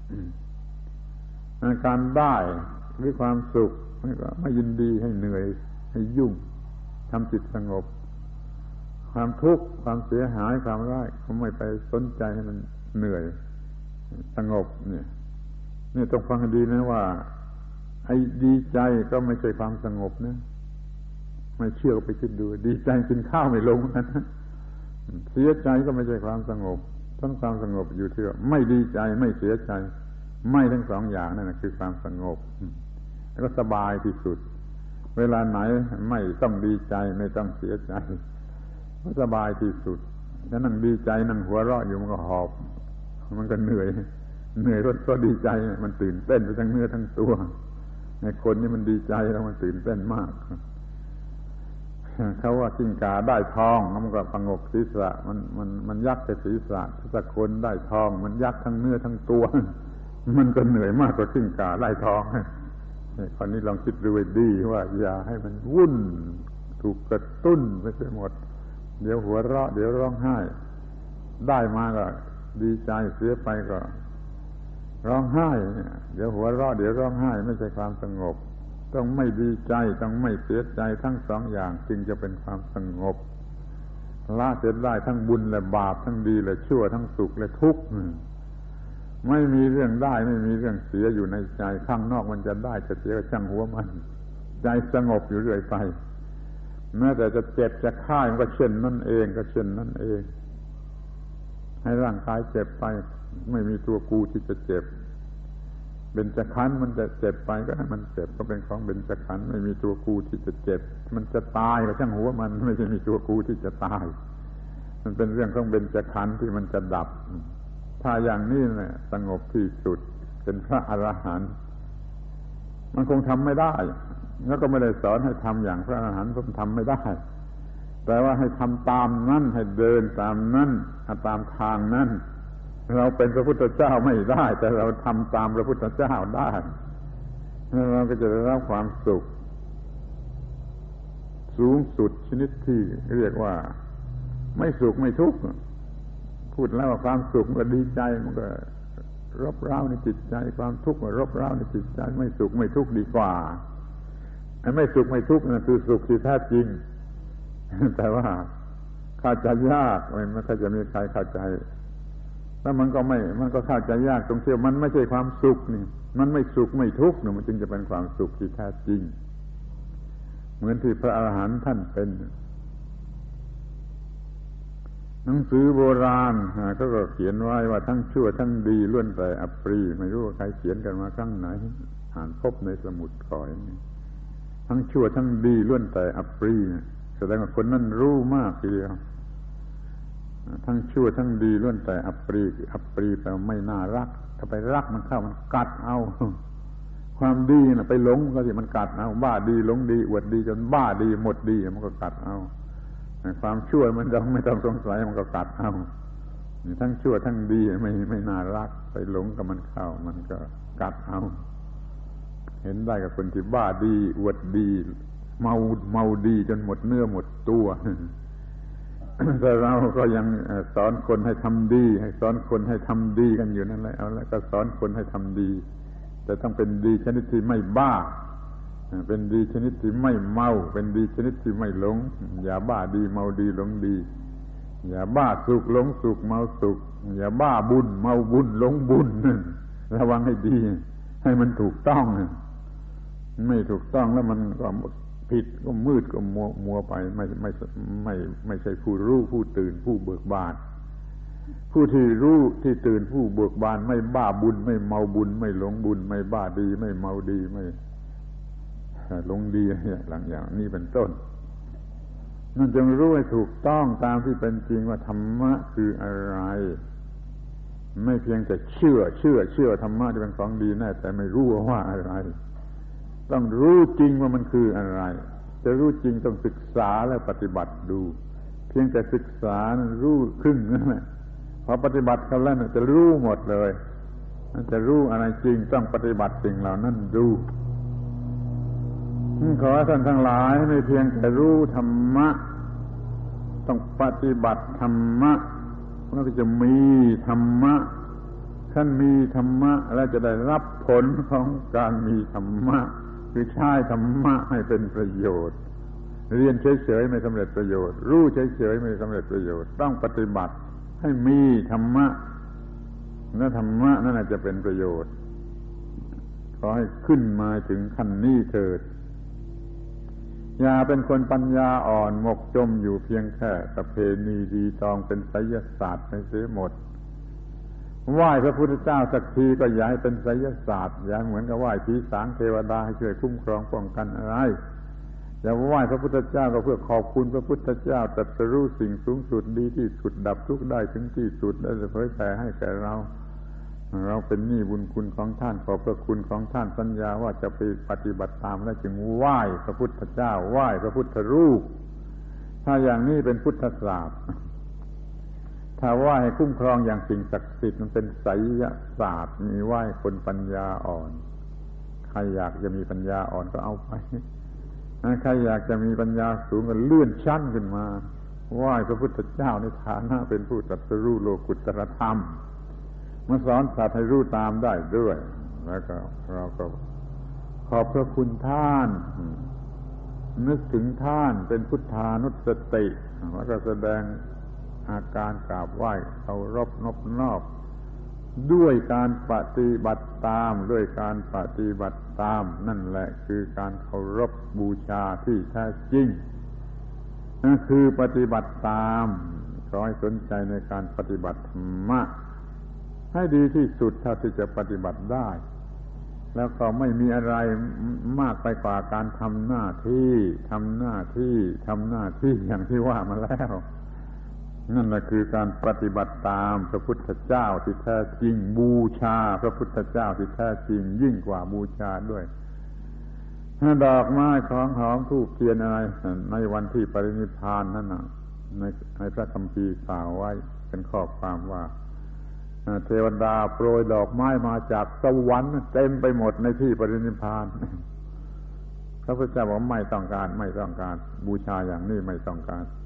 การได้หรือความสุขไม่ยินดีให้เหนื่อยให้ยุ่งทำจิตสงบความทุกข์ความเสียหายความร้ายเขาไม่ไปสนใจให้มันเหนื่อยสงบนี่ต้องฟังให้ดีนะว่าไอ้ดีใจก็ไม่ใช่ความสงบนะไม่เชื่อก็ไปคิดดูดีใจกินข้าวไม่ลงนะเสียใจก็ไม่ใช่ความสงบทั้งความสงบอยู่ที่ว่าไม่ดีใจไม่เสียใจไม่ทั้งสองอย่างนั่นคือความสงบแล้วก็สบายที่สุดเวลาไหนไม่ต้องดีใจไม่ต้องเสียใจสบายที่สุดถ้านั่งดีใจนั่งหัวเราะอยู่มันก็หอบมันก็เหนื่อยก็ดีใจมันตื่นเต้นไปทั้งเนื้อทั้งตัวในคนนี่มันดีใจแล้วมันตื่นเต้นมากเขาว่ากิ้งก่าได้ทองมันก็ผงกศีรษะมันยักแต่ศีรษะถ้าคนได้ทองมันยักทั้งเนื้อทั้งตัวมันก็เหนื่อยมากกว่ากิ้งก่าได้ทองคนนี้ลองคิดดูให้ดีว่าอย่าให้มันวุ่นถูกกระตุ้นไปหมดเดี๋ยวหัวเราะเดี๋ยวร้องไห้ได้มาก็ดีใจเสียไปก็ร้องไห้เดี๋ยวหัวเราะเดี๋ยวร้องไห้ไม่ใช่ความสงบต้องไม่ดีใจต้องไม่เสียใจทั้งสองอย่างจึงจะเป็นความสงบละเสียได้ทั้งบุญและบาปทั้งดีและชั่วทั้งสุขและทุกข์ไม่มีเรื่องได้ไม่มีเรื่องเสียอยู่ในใจข้างนอกมันจะได้จะเสียก็ช่างหัวมันใจสงบอยู่เรื่อยไปแม้แต่จะเจ็บจะไข้มันก็เช่นนั่นเองให้ร่างกายเจ็บไปไม่มีตัวกูที่จะเจ็บเบญจขันธ์มันจะเจ็บไปก็ให้มันเจ็บก็เป็นของเบญจขันธ์ไม่มีตัวกูที่จะเจ็บมันจะตายก็ช่างหัวมันไม่ใช่มีตัวกูที่จะตายมันเป็นเรื่องของเบญจขันธ์ที่มันจะดับถ้าอย่างนี้เนี่ยสงบที่สุดเป็นพระอรหันต์มันคงทำไม่ได้แล้วก็ไม่ได้สอนให้ทำอย่างพระอรหันต์ผมทำไม่ได้แต่ว่าให้ทำตามนั้นให้เดินตามนั้นตามทางนั้นเราเป็นพระพุทธเจ้าไม่ได้แต่เราทำตามพระพุทธเจ้าได้เราก็จะได้รับความสุขสูงสุดชนิดที่เรียกว่าไม่สุขไม่ทุกข์พูดแล้วว่าความสุขก็ดีใจมันก็รบเร้าในจิตใจความทุกข์ก็รบเร้าในจิตใจไม่สุขไม่ทุกข์ดีกว่าไม่สุขไม่ทุกข์นั่นคือสุขที่แท้จริงแต่ว่าเข้าใจยากไม่ค่อยจะมีใครเข้าใจแล้วมันก็เข้าใจยากตรงที่มันไม่ใช่ความสุขนี่มันไม่สุขไม่ทุกข์นี่มันจึงจะเป็นความสุขที่แท้จริงเหมือนที่พระอรหันต์ท่านเป็นหนังสือโบราณก็เขียนไว้ว่าทั้งชั่วทั้งดีล้วนแต่อัปรีไม่รู้ว่าใครเขียนกันมาครั้งไหนอ่านพบในสมุดข่อยทั้งชั่วทั้งดีล้วนแต่อัปรีแสดงว่าคนนั้นรู้มากทีเดียวทั้งชั่วทั้งดีล้วนแต่อัปรีแปลว่าไม่น่ารักถ้าไปรักมันเข้ามันกัดเอาความดีน่ะไปหลงก็สิมันกัดเอาบ้าดีหลงดีอวดดีจนบ้าดีหมดดีมันก็กัดเอาความชั่วมันไม่ต้องสงสัยมันก็กัดเอาทั้งชั่วทั้งดีไม่น่ารักไปหลงกับมันเข้ามันก็กัดเอาเห็นได้กับคนที่บ้าดีอวดดีเมาดีจนหมดเนื้อหมดตัวแต่เราก็ยังสอนคนให้ทำดีให้สอนคนให้ทำดีกันอยู่นั่นแหละเอาแล้วก็สอนคนให้ทำดีแต่ต้องเป็นดีชนิดที่ไม่บ้าเป็นดีชนิดที่ไม่เมาเป็นดีชนิดที่ไม่หลงอย่าบ้าดีเมาดีหลงดีอย่าบ้าสุขหลงสุขเมาสุขอย่าบ้าบุญเมาบุญหลงบุญระวังให้ดีให้มันถูกต้องไม่ถูกต้องแล้วมันก็ผิดก็มืดก็มัวไปไม่ใช่ผู้รู้ผู้ตื่นผู้เบิกบานผู้ที่รู้ที่ตื่นผู้เบิกบานไม่บ้าบุญไม่เมาบุญไม่หลงบุญไม่บ้าดีไม่เมาดีไม่หลงดีอย่างนี้เป็นต้นนั่นจงรู้ให้ถูกต้องตามที่เป็นจริงว่าธรรมะคืออะไรไม่เพียงแต่เชื่อธรรมะที่เป็นของดีแน่แต่ไม่รู้ว่าอะไรต้องรู้จริงว่ามันคืออะไรจะรู้จริงต้องศึกษาและปฏิบัติดูเพียงแต่ศึกษารู้ครึ่งนั่นแหละพอปฏิบัติกันแล้วจะรู้หมดเลยจะรู้อะไรจริงต้องปฏิบัติสิ่งเหล่านั้นดูขอให้ท่านทั้งหลายไม่เพียงแต่รู้ธรรมะต้องปฏิบัติธรรมะแล้วก็จะมีธรรมะท่านมีธรรมะแล้วจะได้รับผลของการมีธรรมะคือใช้ธรรมะให้เป็นประโยชน์เรียนเฉยๆไม่สำเร็จประโยชน์รู้เฉยๆไม่สำเร็จประโยชน์ต้องปฏิบัติให้มีธรรมะและธรรมะนั่นจะเป็นประโยชน์ขอให้ขึ้นมาถึงขั้นนี้เถิดอย่าเป็นคนปัญญาอ่อนหมกจมอยู่เพียงแค่ประเพณีดีตองเป็นไสยศาสตร์ไปเสียหมดไหว้พระพุทธเจ้าสักทีก็อย่าให้เป็นไสยศาสตร์อย่าเหมือนกับไหว้ผีสางเทวดาให้ช่วยคุ้มครองป้องกันอะไรจะไหว้พระพุทธเจ้าก็เพื่อขอบคุณพระพุทธเจ้าตรัสรู้สิ่งสูงสุดดีที่สุดดับทุกข์ได้ถึงที่สุดได้เผยแผ่ให้แก่เราเป็นหนี้บุญคุณของท่านขอบพระคุณของท่านสัญญาว่าจะไปปฏิบัติตามและจึงไหว้พระพุทธเจ้าไหว้พระพุทธรูปถ้าอย่างนี้เป็นพุทธศาสตร์ถ้าไหว้ให้คุ้มครองอย่างสิ่งศักดิ์สิทธิ์มันเป็นไสยศาสตร์มีไหว้คนปัญญาอ่อนใครอยากจะมีปัญญาอ่อนก็เอาไปใครอยากจะมีปัญญาสูงก็เลื่อนชั้นขึ้นมาไหว้พระพุทธเจ้าในฐานะเป็นผู้ตรัสรู้โลกุตตรธรรมมาสอนสัตว์ให้รู้ตามได้ด้วยแล้วก็เราก็ขอบพระคุณท่านนึกถึงท่านเป็นพุทธานุสติแล้วก็แสดงอาการกราบไหว้เคารพนอบน้อมด้วยการปฏิบัติตามด้วยการปฏิบัติตามนั่นแหละคือการเคารพบูชาที่แท้จริงนั่นคือปฏิบัติตามขอให้สนใจในการปฏิบัติธรรมะให้ดีที่สุดเท่าที่จะปฏิบัติได้แล้วก็ไม่มีอะไรมากไปกว่าการทำหน้าที่อย่างที่ว่ามาแล้วนั่นแหละคือการปฏิบัติตามพระพุทธเจ้าที่แท้จริงบูชาพระพุทธเจ้าที่แท้จริงยิ่งกว่าบูชาด้วยดอกไม้ของหอมธูปเทียนอะไรในวันที่ปรินิพพานนั่นน่ะในพระคัมภีร์กล่าวไว้เป็นข้อความว่าเทวดาโปรยดอกไม้มาจากสวรรค์เต็มไปหมดในที่ปรินิพพานพระพุทธเจ้าบอกไม่ต้องการบูชาอย่างนี้ไม่ต้อง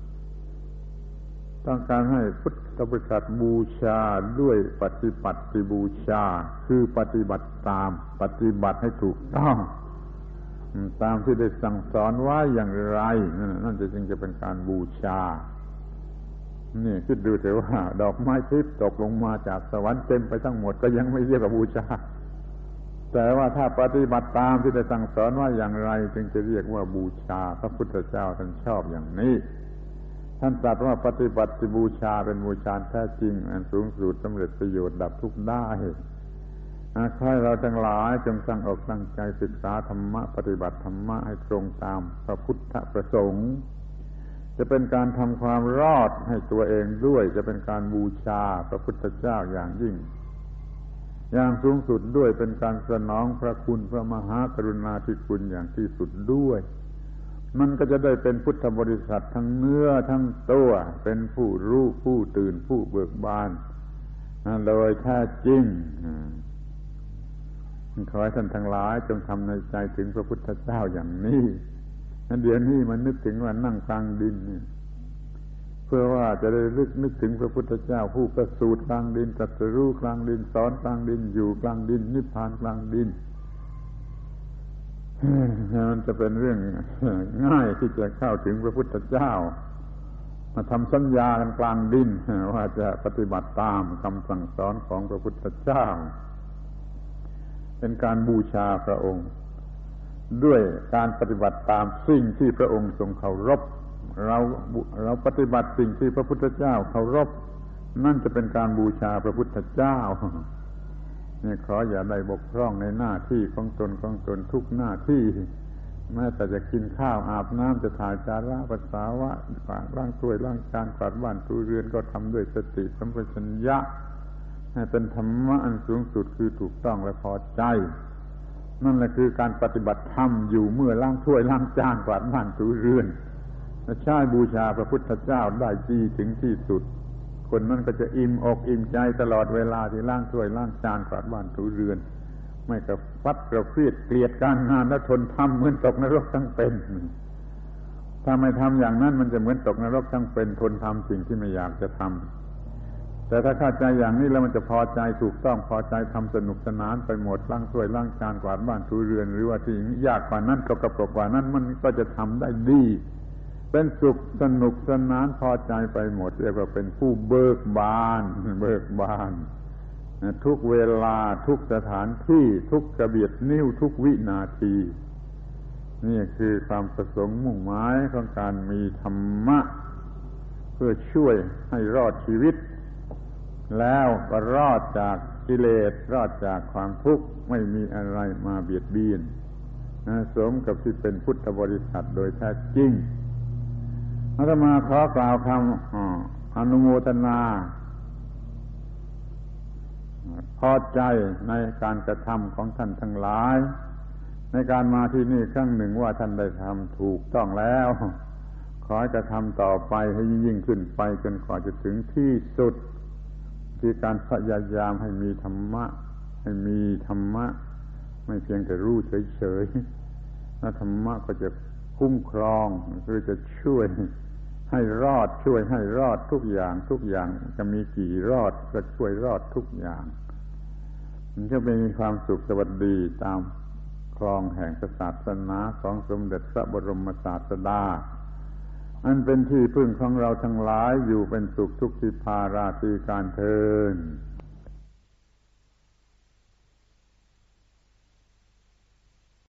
การให้พุทธบริษัทบูชาด้วยปฏิบัติบูชาคือปฏิบัติตามปฏิบัติให้ถูกต้องตามที่ได้สั่งสอนไว้อย่างไรนั่นจึงจะเป็นการบูชานี่คิดดูเถอะว่าดอกไม้ทิพย์ตกลงมาจากสวรรค์เต็มไปทั้งหมดก็ยังไม่เรียกว่าบูชาแต่ว่าถ้าปฏิบัติตามที่ได้สั่งสอนว่าอย่างไรจึงจะเรียกว่าบูชาพระพุทธเจ้าท่านชอบอย่างนี้ท่านตรัสว่าปฏิบัติบูชาเป็นบูชาแท้จริงอันสูงสุดสำเร็จประโยชน์ดับทุกข์ได้ใครเราทั้งหลายจงตั้งอกตั้งใจศึกษาธรรมะปฏิบัติธรรมะให้ตรงตามพระพุทธประสงค์จะเป็นการทำความรอดให้ตัวเองด้วยจะเป็นการบูชาพระพุทธเจ้าอย่างยิ่งอย่างสูงสุดด้วยเป็นการสนองพระคุณพระมหากรุณาธิคุณอย่างที่สุดด้วยมันก็จะได้เป็นพุทธบริษัททั้งเนื้อทั้งตัวเป็นผู้รู้ผู้ตื่นผู้เบิกบานโดยแท้จริงขอให้ท่านทั้งหลายจงทำในใจถึงพระพุทธเจ้าอย่างนี้เดี๋ยวนี้มันนึกถึงว่านั่งกลางดินเพื่อว่าจะได้นึกถึงพระพุทธเจ้าผู้ประสูติกลางดินตรัสรู้กลางดินสอนกลางดินอยู่กลางดินนิพพานกลางดินมันจะเป็นเรื่องง่ายที่จะเข้าถึงพระพุทธเจ้ามาทำสัญญากันกลางดินว่าจะปฏิบัติตามคำสั่งสอนของพระพุทธเจ้าเป็นการบูชาพระองค์ด้วยการปฏิบัติตามสิ่งที่พระองค์ทรงเคารพเราปฏิบัติสิ่งที่พระพุทธเจ้าเคารพนั่นจะเป็นการบูชาพระพุทธเจ้านี่ขออย่าได้บกพร่องในหน้าที่ของตนทุกหน้าที่แม้แต่จะกินข้าวอาบน้ำจะถ่ายจาระปัสสาวะล้างถ้วยล้างจานกวาดบ้านถูเรือนก็ทำด้วยสติสัมปชัญญะให้เป็นธรรมะอันสูงสุดคือถูกต้องและพอใจนั่นแหละคือการปฏิบัติธรรมอยู่เมื่อล้างถ้วยล้างจานกวาดบ้านถูเรือนใช้บูชาพระพุทธเจ้าได้ดีถึงที่สุดคนนั้นก็จะอิ่มอกอิ่มใจตลอดเวลาที่ล้างถ้วยล้างจานกวาดบ้านถูเรือนไม่กระฟัดกระเฟียดเกลียดการงานและทนทำเหมือนตกนรกทั้งเป็นถ้าไม่ทำอย่างนั้นมันจะเหมือนตกนรกทั้งเป็นทนทำสิ่งที่ไม่อยากจะทำแต่ถ้าเข้าใจอย่างนี้แล้วมันจะพอใจถูกต้องพอใจทำสนุกสนานไปหมดล้างถ้วยล้างจานกวาดบ้านถูเรือนหรือว่าที่ยากกว่านั้นก็กระปรกกว่านั้นมันก็จะทำได้ดีเป็นสุขสนุกสนานพอใจไปหมดเรียกว่าเป็นผู้เบิกบานทุกเวลาทุกสถานที่ทุกกระเบียดนิ้วทุกวินาทีนี่คือความประสงค์มุ่งหมายของการมีธรรมะเพื่อช่วยให้รอดชีวิตแล้วก็รอดจากกิเลสรอดจากความทุกข์ไม่มีอะไรมาเบียดเบียนสมกับที่เป็นพุทธบริษัทโดยแท้จริงอาตมาขอกล่าวคำอนุโมทนาพอใจในการกระทำของท่านทั้งหลายในการมาที่นี่ครั้งหนึ่งว่าท่านได้ทำถูกต้องแล้วขอให้กระทำต่อไปให้ยิ่งขึ้นไปจนกว่าจะถึงที่สุดที่การพยายามให้มีธรรมะไม่เพียงแต่รู้เฉยๆแล้วธรรมะก็จะคุ้มครองคือจะช่วยให้รอดทุกอย่างจะมีกี่รอดก็ช่วยรอดทุกอย่างมันก็เป็นความสุขสวัสดีตามครองแห่งศาสนาของสมเด็จพระบรมศาสดาอันเป็นที่พึ่งของเราทั้งหลายอยู่เป็นสุขทุกทิพาราตรีการเทิน